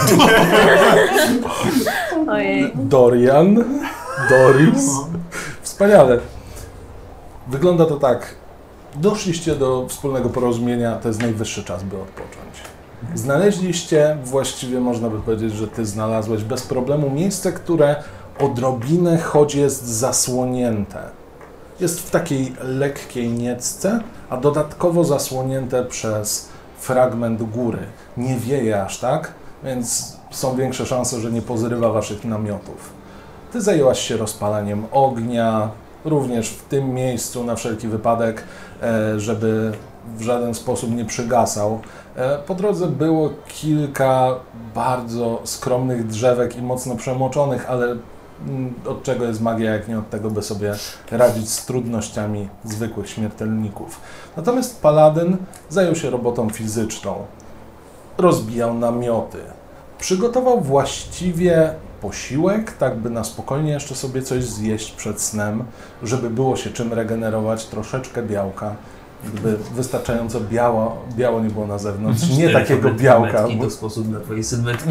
Ojej. Dorian, Doris. Wspaniale. Wygląda to tak. Doszliście do wspólnego porozumienia, to jest najwyższy czas, by odpocząć. Znaleźliście, właściwie można by powiedzieć, że ty znalazłeś bez problemu miejsce, które odrobinę, choć jest zasłonięte. Jest w takiej lekkiej niecce, a dodatkowo zasłonięte przez fragment góry. Nie wieje aż tak, więc są większe szanse, że nie pozrywa waszych namiotów. Ty zajęłaś się rozpalaniem ognia, również w tym miejscu na wszelki wypadek, żeby w żaden sposób nie przygasał. Po drodze było kilka bardzo skromnych drzewek i mocno przemoczonych, ale od czego jest magia, jak nie od tego, by sobie radzić z trudnościami zwykłych śmiertelników. Natomiast Paladyn zajął się robotą fizyczną. Rozbijał namioty. Przygotował właściwie posiłek, tak by na spokojnie jeszcze sobie coś zjeść przed snem, żeby było się czym regenerować, troszeczkę białka. Gdyby wystarczająco biało nie było na zewnątrz, nie takiego białka. To sposób na twojej sylwetki.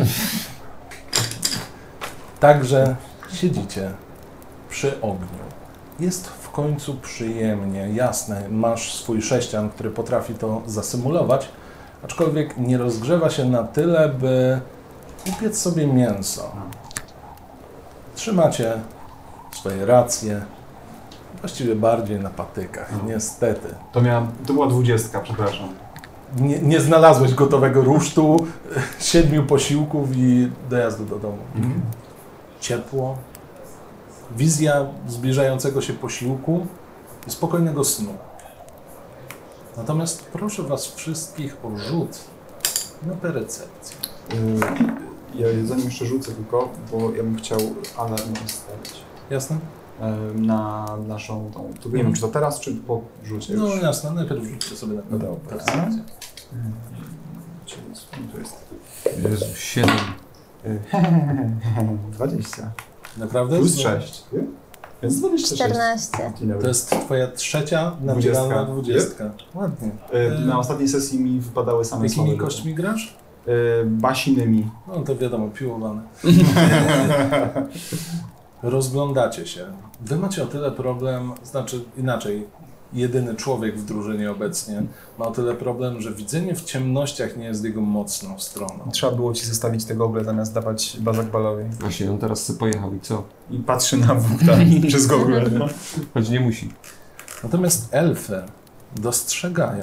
Także siedzicie przy ogniu. Jest w końcu przyjemnie, jasne, masz swój sześcian, który potrafi to zasymulować, aczkolwiek nie rozgrzewa się na tyle, by upiec sobie mięso. Trzymacie swoje racje, właściwie bardziej na patykach, niestety. To była 20, przepraszam. Nie znalazłeś gotowego rusztu, 7 posiłków i dojazdu do domu. Ciepło, wizja zbliżającego się posiłku i spokojnego snu. Natomiast proszę was wszystkich o rzut na percepcję. Ja zanim jeszcze rzucę tylko, bo ja bym chciał alarm ustawić Jasne? na naszą tą... To nie wiem, czy to teraz, czy po rzucie No już. jasne, najpierw rzućcie sobie na Dobra. percepcję. To jest... Jezu, 7. 20. Naprawdę? Plus 6. Więc 26. 14. To jest twoja trzecia naturalna 20. Ładnie. Na ostatniej sesji mi wypadały same Jakimi słowa. kośćmi grasz? Basinymi. No to wiadomo, piłowane. Rozglądacie się. Wy macie o tyle problem, znaczy inaczej, jedyny człowiek w drużynie obecnie ma o tyle problem, że widzenie w ciemnościach nie jest jego mocną stroną. Trzeba było ci zostawić te gogle zamiast dawać Bazak Balowi. Właśnie, on teraz sobie pojechał i co? I patrzy na Wukta przez gogle. No. Choć nie musi. Natomiast elfy dostrzegają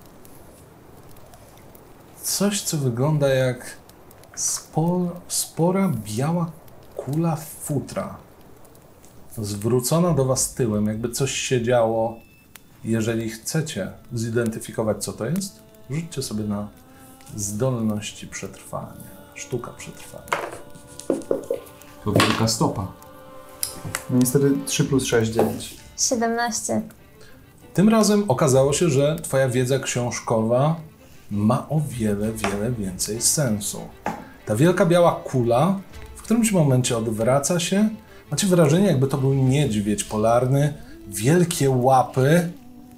coś, co wygląda jak spora biała kula futra, zwrócona do was tyłem, jakby coś się działo. Jeżeli chcecie zidentyfikować, co to jest, rzućcie sobie na zdolności przetrwania. Sztuka przetrwania. To wielka stopa. No niestety 3 plus 6, 9. 17. Tym razem okazało się, że twoja wiedza książkowa ma o wiele, wiele więcej sensu. Ta wielka biała kula w którymś momencie odwraca się. Macie wrażenie, jakby to był niedźwiedź polarny, wielkie łapy,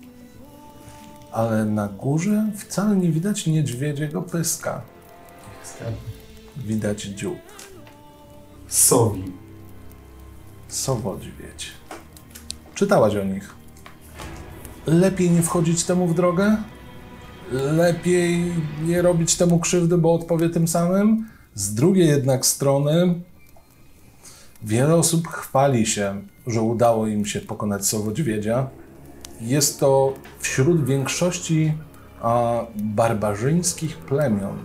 ale na górze wcale nie widać niedźwiedziego pyska. Widać dziób. Sowi. Sowodźwiedź. Czytałaś o nich. Lepiej nie wchodzić temu w drogę? Lepiej nie robić temu krzywdy, bo odpowie tym samym? Z drugiej jednak strony wiele osób chwali się, że udało im się pokonać Sowodźwiedzia. Jest to wśród większości barbarzyńskich plemion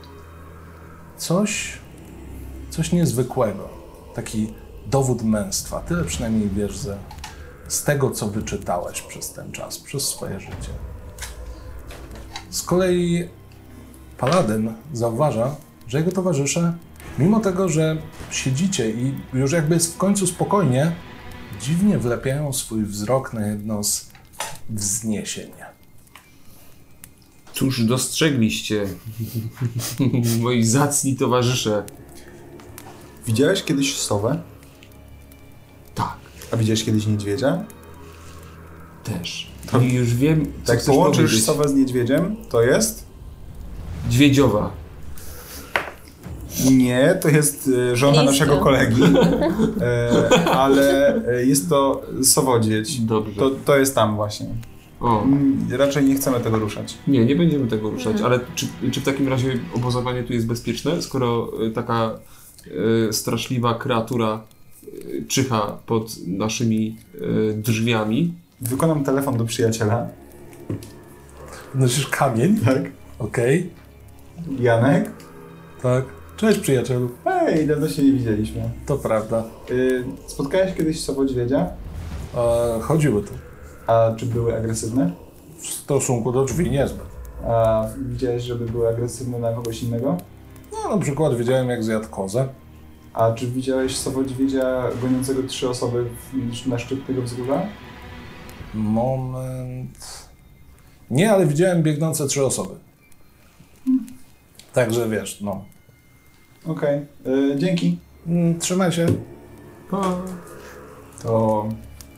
coś niezwykłego. Taki dowód męstwa. Tyle przynajmniej wiesz z tego, co wyczytałeś przez ten czas, przez swoje życie. Z kolei Paladyn zauważa, że jego towarzysze, mimo tego, że siedzicie i już jakby jest w końcu spokojnie, dziwnie wlepiają swój wzrok na jedno z wzniesień. Cóż dostrzegliście, moi zacni towarzysze? Widziałeś kiedyś sowę? Tak, A widziałeś kiedyś niedźwiedzia? też. I już wiem, co Jak chcesz połączysz powiedzieć. sowę z niedźwiedziem, to jest? Dźwiedziowa. Nie, to jest żona Blisko. naszego kolegi, ale jest to sowodźwiedź. Dobrze. To jest tam właśnie. O, Raczej nie chcemy tego ruszać. nie będziemy tego ruszać, ale czy w takim razie obozowanie tu jest bezpieczne, skoro taka straszliwa kreatura czyha pod naszymi drzwiami? Wykonam telefon do przyjaciela. Nosisz kamień? Tak. Okej. Janek? Tak. Cześć przyjacielu. Hej, dawno się nie widzieliśmy. To prawda. Spotkałeś kiedyś sowodźwiedzia? Chodziły tu. A czy były agresywne? W stosunku do drzwi niezbyt. A widziałeś, żeby były agresywne na kogoś innego? No, na przykład widziałem, jak zjadł kozę. A czy widziałeś sowodźwiedzia goniącego 3 osoby na szczyt tego wzgórza? Moment. Nie, ale widziałem biegnące 3 osoby. Także wiesz, no. Okej, dzięki. Trzymaj się. To...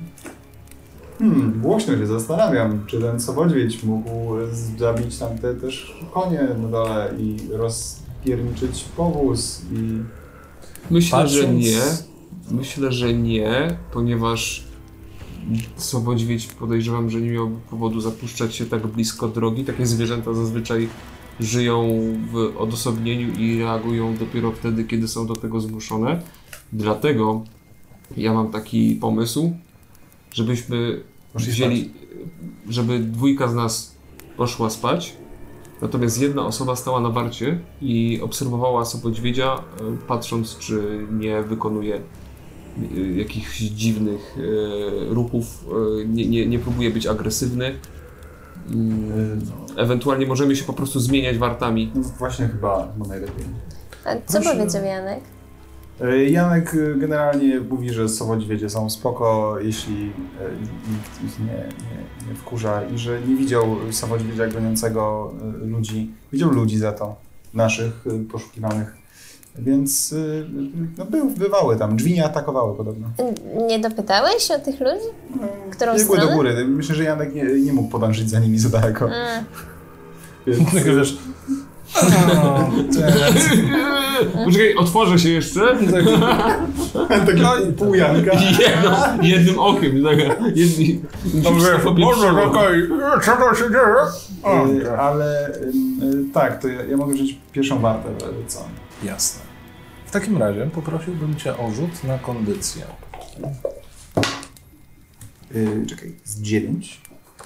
głośno się zastanawiam, czy ten sowodźwiedź mógł zabić tamte też konie na dole i rozpierniczyć powóz i... Myślę, że Patrząc- nie. Myślę, że nie, ponieważ sowodźwiedź podejrzewam, że nie miałby powodu zapuszczać się tak blisko drogi. Takie zwierzęta zazwyczaj żyją w odosobnieniu i reagują dopiero wtedy, kiedy są do tego zmuszone. Dlatego ja mam taki pomysł, żebyśmy wzięli, żeby 2 z nas poszła spać, natomiast 1 osoba stała na warcie i obserwowała sowodźwiedzia, patrząc, czy nie wykonuje jakichś dziwnych ruchów, nie próbuje być agresywny. Ewentualnie możemy się po prostu zmieniać wartami. No właśnie chyba najlepiej. A co powiedział Janek? Janek generalnie mówi, że sowodźwiedzie są spoko, jeśli nikt ich nie wkurza i że nie widział sowodźwiedzia goniącego ludzi. Widział ludzi za to, naszych poszukiwanych Więc no, bywały tam. Drzwi nie atakowały podobno. Nie dopytałeś o tych ludzi? Którą Biegły do stronę? góry. Myślę, że Janek nie mógł podążyć za nimi za daleko. Więc, Tak wiesz, Poczekaj, otworzę się jeszcze. taki pół Janka. Jednym okiem. dobrze, może okej, co to się dzieje? Ale tak, to ja mogę wziąć pierwszą wartę, co? Jasne. W takim razie poprosiłbym cię o rzut na kondycję. Czekaj, z 9.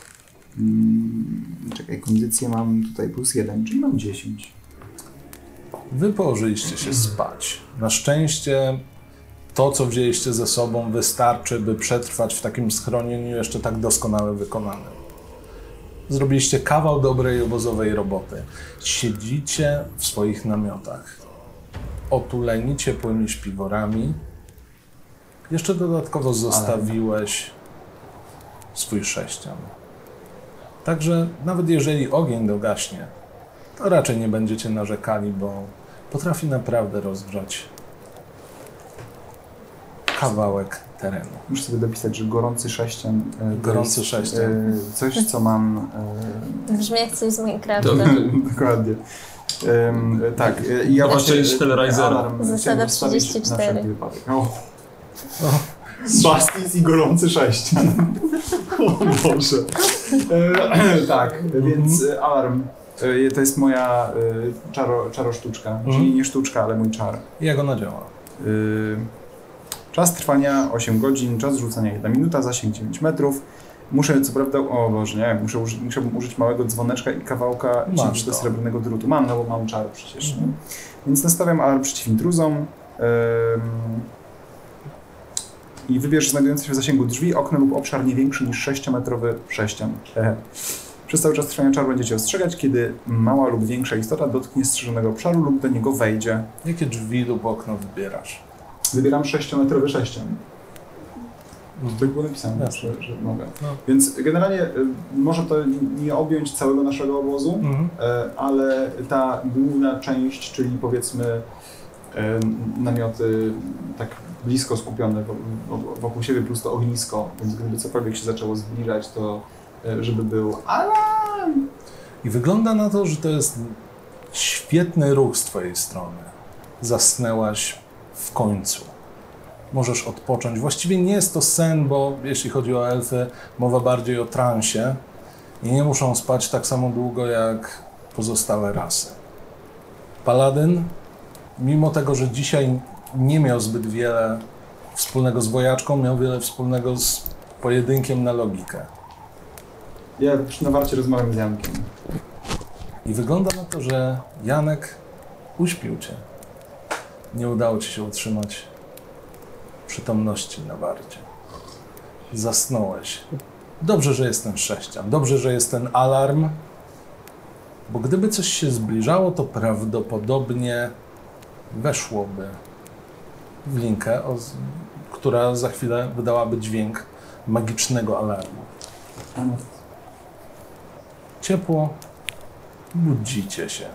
Czekaj, kondycję mam tutaj +1, czyli mam 10. Wy położyliście się spać. Na szczęście to, co wzięliście ze sobą, wystarczy, by przetrwać w takim schronieniu jeszcze tak doskonale wykonanym. Zrobiliście kawał dobrej obozowej roboty. Siedzicie w swoich namiotach. Otuleni ciepłymi śpiworami. Jeszcze dodatkowo zostawiłeś swój sześcian. Także nawet jeżeli ogień dogaśnie, to raczej nie będziecie narzekali, bo potrafi naprawdę rozgrzać kawałek terenu. Muszę sobie dopisać, że gorący sześcian. Gorący sześcian. Coś, co mam. Brzmi jak coś z Minecrafta. Dokładnie. Tak, ja właśnie. część Hellraisera. alarm Zasada chciałem wstawić 34. na wszelki wypadek. Bastis i gorący sześcian. O Boże. Tak, więc alarm. To jest moja czarosztuczka. Czyli nie sztuczka, ale mój czar. Jak ona działa? Czas trwania 8 godzin, czas rzucania 1 minuta, zasięg 9 metrów. Muszę co prawda, o Boże, nie, musiałbym użyć małego dzwoneczka i kawałka Masz do to. srebrnego drutu. Mam, no bo mam czar przecież. Nie? Więc nastawiam alarm przeciw intruzom. I wybierz znajdujący się w zasięgu drzwi, okno lub obszar nie większy niż 6-metrowy sześcian. Przez cały czas trwania czaru będziecie ostrzegać, kiedy mała lub większa istota dotknie strzeżonego obszaru lub do niego wejdzie. Jakie drzwi lub okno wybierasz? Wybieram 6-metrowy sześcian. Tak było napisane, Jasne. że mogę. No. Więc generalnie może to nie objąć całego naszego obozu, ale ta główna część, czyli powiedzmy namioty tak blisko skupione wokół siebie, plus to ognisko, więc gdyby cokolwiek się zaczęło zbliżać, to żeby był alarm! I wygląda na to, że to jest świetny ruch z twojej strony. Zasnęłaś w końcu. Możesz odpocząć. Właściwie nie jest to sen, bo jeśli chodzi o elfy, mowa bardziej o transie i nie muszą spać tak samo długo jak pozostałe rasy. Paladyn, mimo tego, że dzisiaj nie miał zbyt wiele wspólnego z wojaczką, miał wiele wspólnego z pojedynkiem na logikę. Ja przy nawarcie rozmawiam z Jankiem. I wygląda na to, że Janek uśpił cię. Nie udało ci się utrzymać przytomności na warcie. Zasnąłeś. Dobrze, że jest ten sześcian. Dobrze, że jest ten alarm. Bo gdyby coś się zbliżało, to prawdopodobnie weszłoby w linkę, która za chwilę wydałaby dźwięk magicznego alarmu. Ciepło. Budzicie się.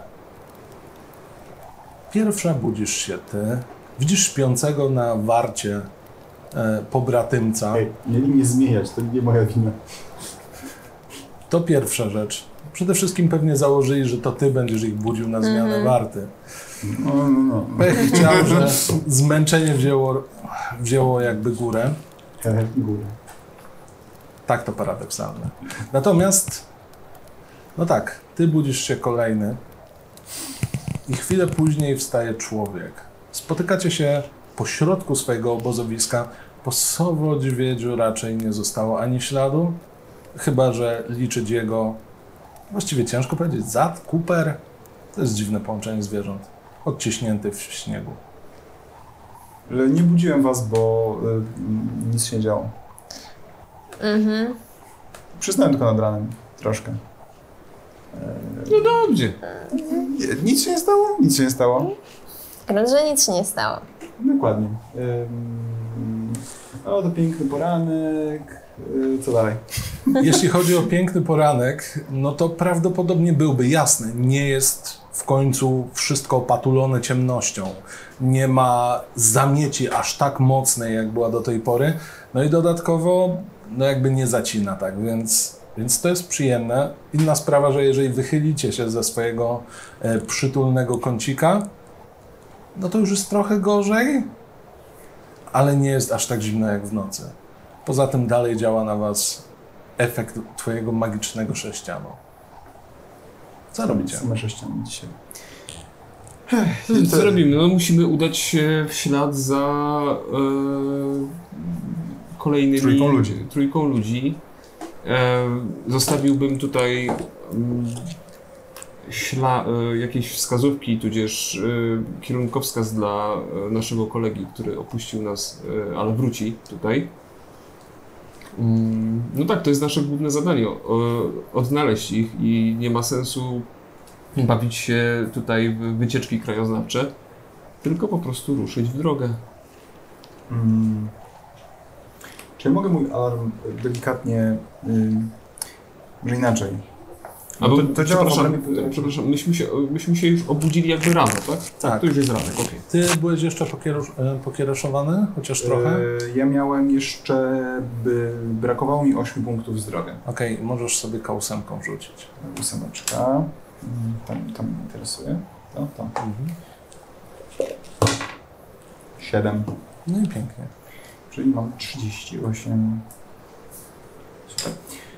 Pierwsza budzisz się ty. Widzisz śpiącego na warcie pobratymca. Ej, mieli mnie zmieniać, to nie moja wina. To pierwsza rzecz. Przede wszystkim pewnie założyli, że to ty będziesz ich budził na zmianę warty. No. Pech chciał, że zmęczenie wzięło jakby górę. Górę. Tak to paradoksalne. Natomiast, no tak, ty budzisz się kolejny i chwilę później wstaje człowiek. Spotykacie się po środku swojego obozowiska. Po Sowodźwiedziu raczej nie zostało ani śladu, chyba że liczyć jego, właściwie ciężko powiedzieć, zad, kuper. To jest dziwne połączenie zwierząt, odciśnięty w śniegu. Nie budziłem was, bo nic się nie działo. Przysnąłem tylko nad ranem, troszkę. No dobrze. Nic się nie stało? Nic się nie stało. Że nic się nie stało. Dokładnie. O, to piękny poranek. Co dalej? Jeśli chodzi o piękny poranek, no to prawdopodobnie byłby jasny. Nie jest w końcu wszystko opatulone ciemnością. Nie ma zamieci aż tak mocnej, jak była do tej pory. No i dodatkowo, no jakby nie zacina, tak, więc to jest przyjemne. Inna sprawa, że jeżeli wychylicie się ze swojego przytulnego kącika, no to już jest trochę gorzej, ale nie jest aż tak zimno jak w nocy. Poza tym dalej działa na was efekt twojego magicznego sześcianu. Co robicie? Same sześciany dzisiaj. Co robimy? No musimy udać się w ślad za kolejnymi... Trójką ludzi. Zostawiłbym tutaj jakieś wskazówki, tudzież kierunkowskaz dla naszego kolegi, który opuścił nas, ale wróci tutaj. No tak, to jest nasze główne zadanie, odnaleźć ich i nie ma sensu bawić się tutaj w wycieczki krajoznawcze, tylko po prostu ruszyć w drogę. Czy ja mogę mój alarm delikatnie, może inaczej? Albo, to działa przepraszam, myśmy się już obudzili jakby rano, tak? Tak. To już jest ranek, okej. Ty byłeś jeszcze pokiereszowany? Chociaż trochę? Ja miałem jeszcze, brakowało mi 8 punktów zdrowia. Okej, możesz sobie K8 rzucić. 8. Tam mnie interesuje. To. 7. No i pięknie. Czyli mam 38. Super.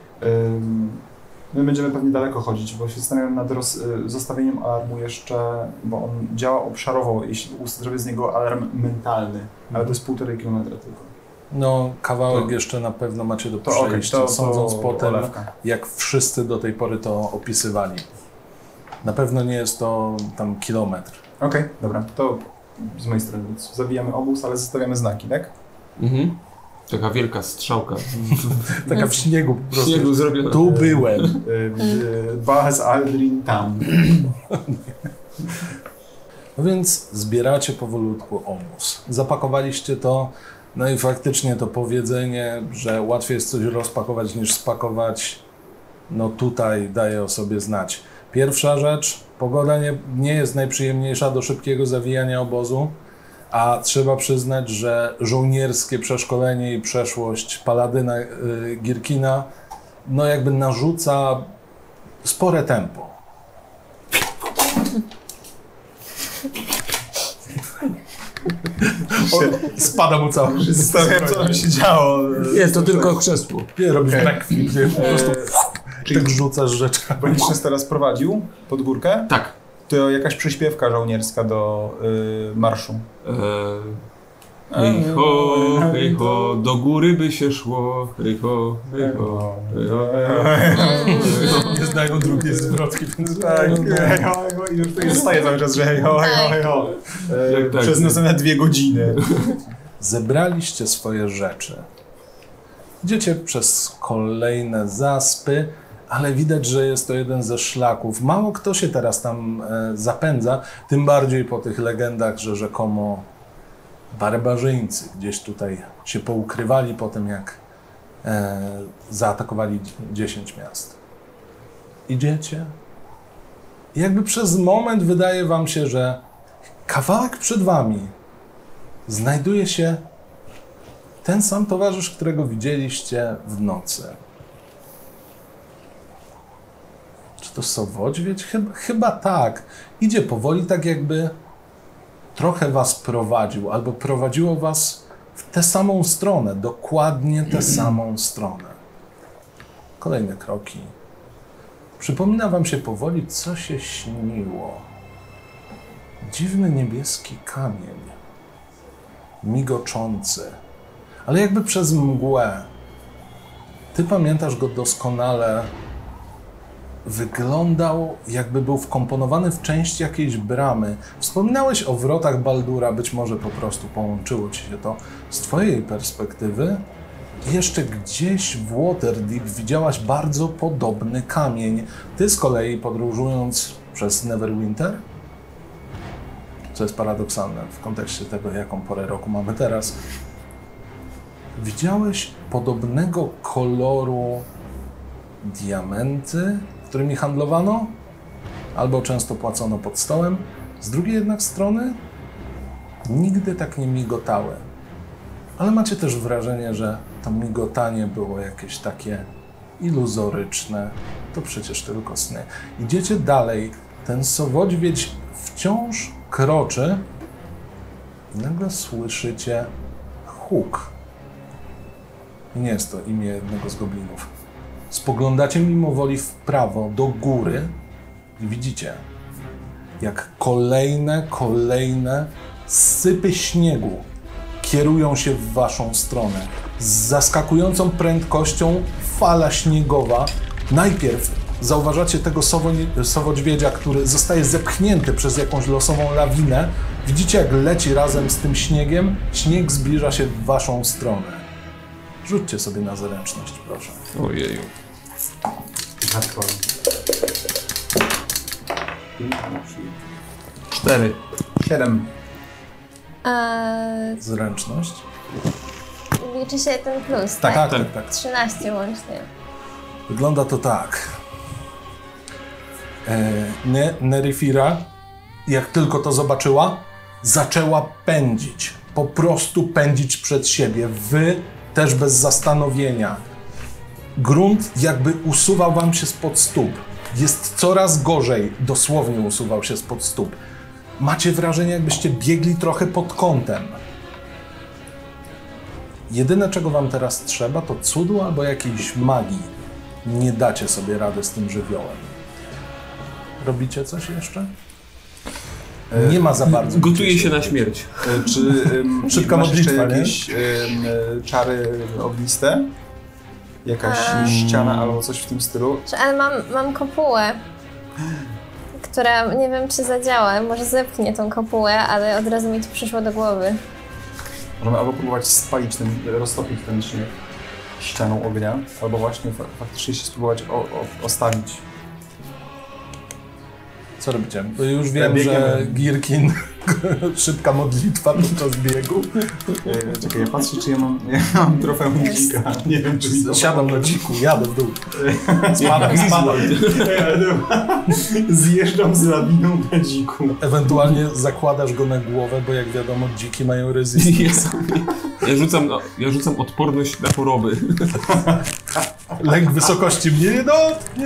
My będziemy pewnie daleko chodzić, bo się zastanawiam nad zostawieniem alarmu jeszcze, bo on działa obszarowo, jeśli zrobię z niego alarm mentalny, ale to jest 1,5 kilometra tylko. No, kawałek jeszcze na pewno macie do przejścia, sądząc po tym, jak wszyscy do tej pory to opisywali. Na pewno nie jest to tam kilometr. Okej, dobra, to z mojej strony zawijamy obóz, ale zostawiamy znaki, tak? Mhm. Taka wielka strzałka. Taka w śniegu po prostu. W śniegu zrobiona. Tu byłem. Baz Aldrin tam. No więc zbieracie powolutku obóz. Zapakowaliście to, no i faktycznie to powiedzenie, że łatwiej jest coś rozpakować niż spakować, no tutaj daje o sobie znać. Pierwsza rzecz, pogoda nie jest najprzyjemniejsza do szybkiego zawijania obozu, a trzeba przyznać, że żołnierskie przeszkolenie i przeszłość paladyna Girkina no jakby narzuca spore tempo. Spada mu cały. Zastanawiam, co tam się działo. Jest to tylko krzesło. Robisz backflip, po prostu tak rzucasz rzeczy. Będziesz nas teraz prowadził pod górkę? Tak. To jakaś przyśpiewka żołnierska do marszu. Hej ho, do góry by się szło. Hej ho, hej ho, hej ho. Nie znają drugiej zwrotki, więc Tak, hej ho, i już to staje cały czas, że hej ho, hej ho, hej ho. Tak. Przez następne 2 godziny. Zebraliście swoje rzeczy. Idziecie przez kolejne zaspy, ale widać, że jest to jeden ze szlaków. Mało kto się teraz tam zapędza, tym bardziej po tych legendach, że rzekomo barbarzyńcy gdzieś tutaj się poukrywali po tym, jak zaatakowali 10 miast. Idziecie. I jakby przez moment wydaje wam się, że kawałek przed wami znajduje się ten sam towarzysz, którego widzieliście w nocy. Czy to Sowodźwiedź? Chyba tak. Idzie powoli, tak jakby trochę was prowadził, albo prowadziło was w tę samą stronę, dokładnie tę samą stronę. Kolejne kroki. Przypomina wam się powoli, co się śniło. Dziwny niebieski kamień, migoczący, ale jakby przez mgłę. Ty pamiętasz go doskonale. Wyglądał, jakby był wkomponowany w część jakiejś bramy. Wspominałeś o wrotach Baldura, być może po prostu połączyło ci się to z twojej perspektywy. Jeszcze gdzieś w Waterdeep widziałaś bardzo podobny kamień. Ty z kolei podróżując przez Neverwinter, co jest paradoksalne w kontekście tego, jaką porę roku mamy teraz, Widziałeś podobnego koloru diamenty, którymi handlowano? Albo często płacono pod stołem. Z drugiej jednak strony nigdy tak nie migotały. Ale macie też wrażenie, że to migotanie było jakieś takie iluzoryczne. To przecież tylko sny. Idziecie dalej. Ten sowodźwiedź wciąż kroczy i nagle słyszycie huk. I nie jest to imię jednego z goblinów. Spoglądacie mimowoli w prawo, do góry i widzicie, jak kolejne sypy śniegu kierują się w waszą stronę. Z zaskakującą prędkością fala śniegowa. Najpierw zauważacie tego sowodźwiedzia, który zostaje zepchnięty przez jakąś losową lawinę. Widzicie, jak leci razem z tym śniegiem. Śnieg zbliża się w waszą stronę. Rzućcie sobie na zręczność, proszę. Ojeju. Hardcore. 4. 7. Zręczność. Liczy się ten plus, Tak, tak? tak, tak. 13 łącznie. Wygląda to tak. Nerifira, jak tylko to zobaczyła, zaczęła pędzić. Po prostu pędzić przed siebie. Wy też bez zastanowienia. Grunt jakby usuwał wam się spod stóp. Jest coraz gorzej. Dosłownie usuwał się spod stóp. Macie wrażenie, jakbyście biegli trochę pod kątem. Jedyne, czego wam teraz trzeba, to cudu albo jakiejś magii. Nie dacie sobie rady z tym żywiołem. Robicie coś jeszcze? Nie ma za bardzo. Gotuję się na śmierć. Szybka masz jeszcze modlitwa, nie? jakieś czary ogniste? Jakaś ściana albo coś w tym stylu? Ale mam kopułę, która nie wiem, czy zadziała. Może zepchnie tą kopułę, ale od razu mi to przyszło do głowy. Możemy albo próbować spalić roztopić ten śnieg ścianą ognia, albo właśnie faktycznie się spróbować ostawić. Co robicie? Bo już wiem, Biegniemy. że Girkin, szybka modlitwa podczas biegu. Czekaj, ja patrzę, czy ja mam trofeum dzika. Nie wiem, czy mi to Siadam na dziku, jadę w dół. Spadam. Zjeżdżam z lawiną na dziku. Ewentualnie zakładasz go na głowę, bo jak wiadomo, dziki mają rezystans. Ja rzucam odporność na choroby. Lęk wysokości mnie nie dotknie.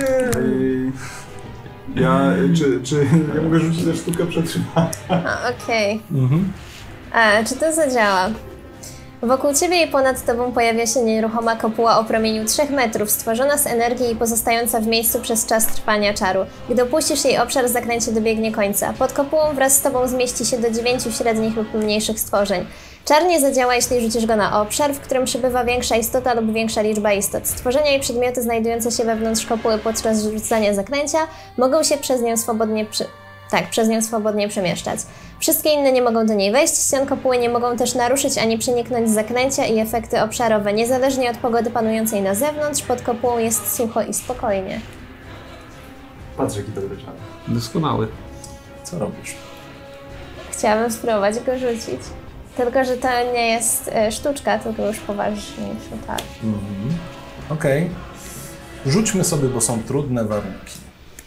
Czy ja mogę rzucić na sztukę przetrwania? Okej. Czy to zadziała? Wokół ciebie i ponad tobą pojawia się nieruchoma kopuła o promieniu 3 metrów, stworzona z energii i pozostająca w miejscu przez czas trwania czaru. Gdy opuścisz jej obszar, zaklęcie dobiegnie końca. Pod kopułą wraz z tobą zmieści się do 9 średnich lub mniejszych stworzeń. Czar nie zadziała, jeśli rzucisz go na obszar, w którym przebywa większa istota lub większa liczba istot. Stworzenia i przedmioty znajdujące się wewnątrz kopuły podczas rzucania zaklęcia mogą się przez nią swobodnie przemieszczać. Wszystkie inne nie mogą do niej wejść, ścian kopuły nie mogą też naruszyć ani przeniknąć zaklęcia i efekty obszarowe. Niezależnie od pogody panującej na zewnątrz, pod kopułą jest sucho i spokojnie. Patrz, jaki dobry czar. Doskonały. Co robisz? Chciałabym spróbować go rzucić. Tylko, że to nie jest sztuczka, tylko już poważniejszy, tak. Okej. Rzućmy sobie, bo są trudne warunki.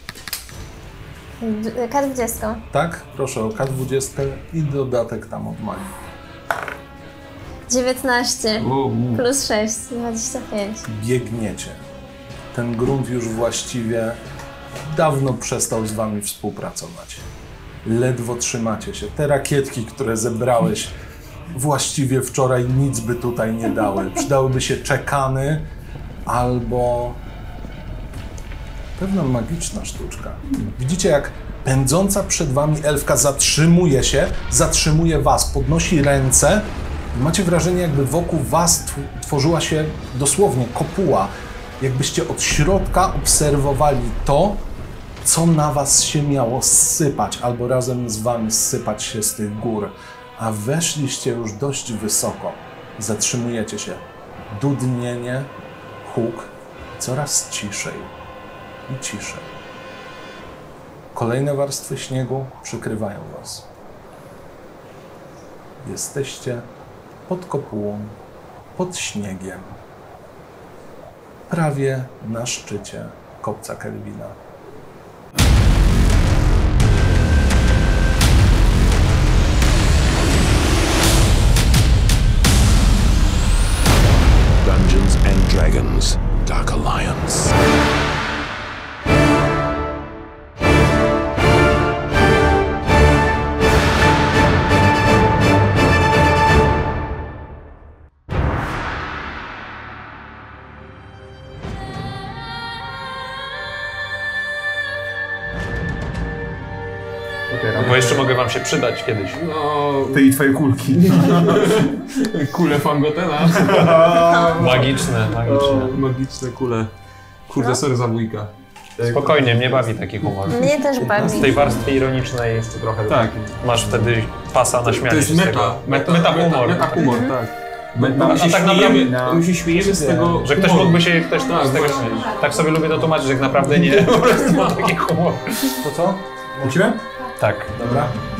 K20. Tak? Proszę o K20 i dodatek tam od magii. 19 plus 6, 25. Biegniecie. Ten grunt już właściwie dawno przestał z wami współpracować. Ledwo trzymacie się. Te rakietki, które zebrałeś właściwie wczoraj, nic by tutaj nie dały. Przydałyby się czekany albo pewna magiczna sztuczka. Widzicie, jak pędząca przed wami elfka zatrzymuje się, zatrzymuje was, podnosi ręce i macie wrażenie, jakby wokół was tworzyła się dosłownie kopuła. Jakbyście od środka obserwowali to, co na was się miało zsypać, albo razem z wami zsypać się z tych gór. A weszliście już dość wysoko. Zatrzymujecie się. Dudnienie, huk, coraz ciszej i ciszej. Kolejne warstwy śniegu przykrywają was. Jesteście pod kopułą pod śniegiem. Prawie na szczycie kopca Kelvina. Dungeons and Dragons: Dark Alliance. Bo jeszcze mogę wam się przydać kiedyś. No, Ty i twoje kulki. kule Fangotena. Magiczne. O, magiczne kule. Kurde, sorry za wujka. Spokojnie, mnie bawi taki humor. Mnie też Z bawi. tej warstwy ironicznej jeszcze trochę Tak. masz wtedy pasa na śmianie To jest się z tego. meta humor. Meta humor, tak. A tak naprawdę- My się śmiejemy z tego Że ktoś humoru. mógłby się też Tak, z tego właśnie. śmiać. Tak sobie lubię to tłumaczyć, że tak naprawdę nie. Po prostu mam taki humor. To co? Lecimy? Tak. Dobra.